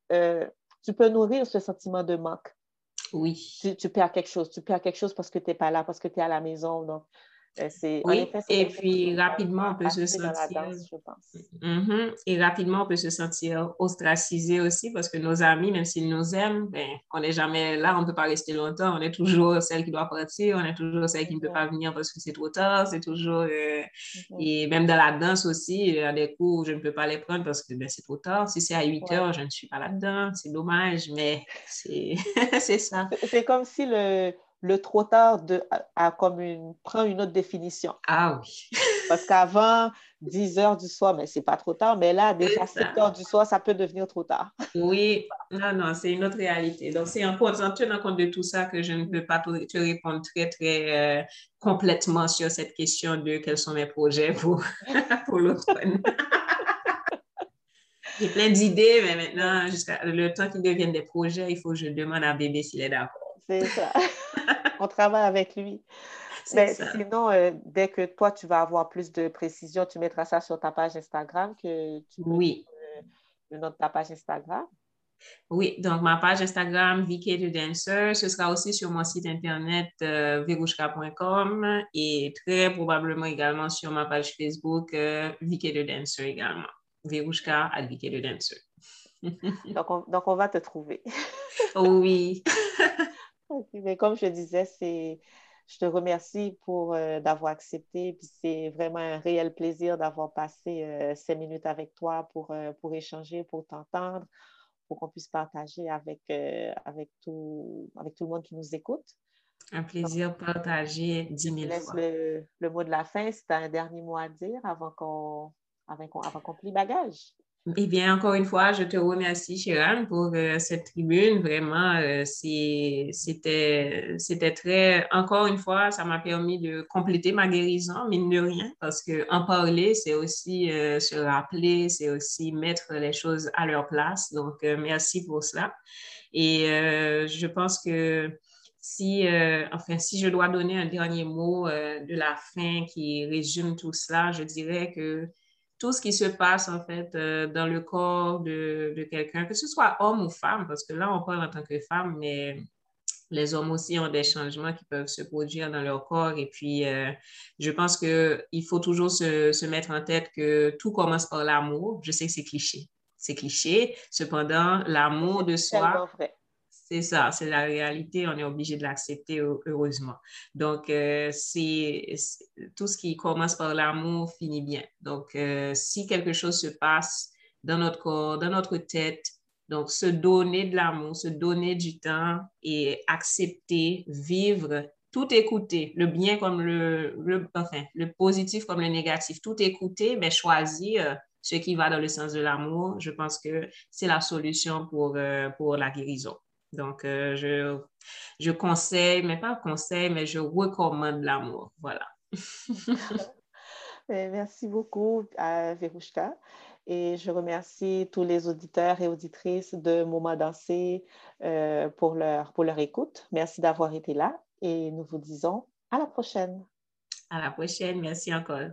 tu peux nourrir ce sentiment de manque. Oui. Tu perds quelque chose. Tu perds quelque chose parce que tu n'es pas là, parce que tu es à la maison. Donc, en effet, et puis rapidement, on peut se sentir... dans la danse, je pense. Et rapidement, on peut se sentir ostracisé aussi parce que nos amis, même s'ils nous aiment, ben, on n'est jamais là, on ne peut pas rester longtemps. On est toujours celle qui doit partir, on est toujours celle qui ne peut pas venir parce que c'est trop tard. C'est toujours... Et même dans la danse aussi, il y a des cours où je ne peux pas les prendre parce que ben, c'est trop tard. Si c'est à 8 heures, je ne suis pas là-dedans. C'est dommage, mais c'est ça. C'est comme si le trop tard prend une autre définition. Ah oui. Parce qu'avant, 10 heures du soir, mais c'est pas trop tard. Mais là, déjà, 7 heures du soir, ça peut devenir trop tard. Oui, non, c'est une autre réalité. Donc, c'est en tenant compte de tout ça que je ne peux pas te répondre très, très complètement sur cette question de quels sont mes projets pour l'automne. J'ai plein d'idées, mais maintenant, jusqu'à le temps qu'ils deviennent des projets, il faut que je demande à bébé s'il est d'accord. C'est ça. On travaille avec lui. C'est Mais ça. sinon, dès que toi, tu vas avoir plus de précision, tu mettras ça sur ta page Instagram, que tu peux dire Oui. le nom de ta page Instagram. Oui, donc ma page Instagram, VK the Dancer, ce sera aussi sur mon site internet verouchka.com et très probablement également sur ma page Facebook VK the Dancer également. Verouchka à VK the Dancer. Donc, on va te trouver. Oui, Ok, mais comme je disais, je te remercie pour d'avoir accepté. Puis c'est vraiment un réel plaisir d'avoir passé 5 minutes avec toi pour échanger, pour t'entendre, pour qu'on puisse partager avec tout le monde qui nous écoute. un Donc, plaisir partagé je dix te mille laisse fois. le mot de la fin. Si tu as un dernier mot à dire avant qu'on plie bagage. Eh bien, encore une fois, je te remercie, Chiran, pour cette tribune. Vraiment, c'était très, encore une fois, ça m'a permis de compléter ma guérison, mine de rien, parce que en parler, c'est aussi se rappeler, c'est aussi mettre les choses à leur place. Donc, merci pour cela. Et je pense que si je dois donner un dernier mot de la fin qui résume tout cela, je dirais que tout ce qui se passe en fait dans le corps de quelqu'un, que ce soit homme ou femme, parce que là on parle en tant que femme, mais les hommes aussi ont des changements qui peuvent se produire dans leur corps. Et puis, je pense qu'il faut toujours se mettre en tête que tout commence par l'amour. Je sais que c'est cliché. C'est cliché. Cependant, Mais l'amour c'est de soi, tellement vrai. c'est ça, c'est la réalité, on est obligé de l'accepter, heureusement. Donc, tout ce qui commence par l'amour finit bien. Donc, si quelque chose se passe dans notre corps, dans notre tête, donc se donner de l'amour, se donner du temps et accepter, vivre, tout écouter, le bien comme enfin, le positif comme le négatif, tout écouter, mais choisir ce qui va dans le sens de l'amour, je pense que c'est la solution pour la guérison. Donc, je conseille, mais pas conseille, mais je recommande l'amour. Voilà. Merci beaucoup à Verouchka et je remercie tous les auditeurs et auditrices de Moment Dansé pour leur écoute. Merci d'avoir été là et nous vous disons à la prochaine. À la prochaine. Merci encore.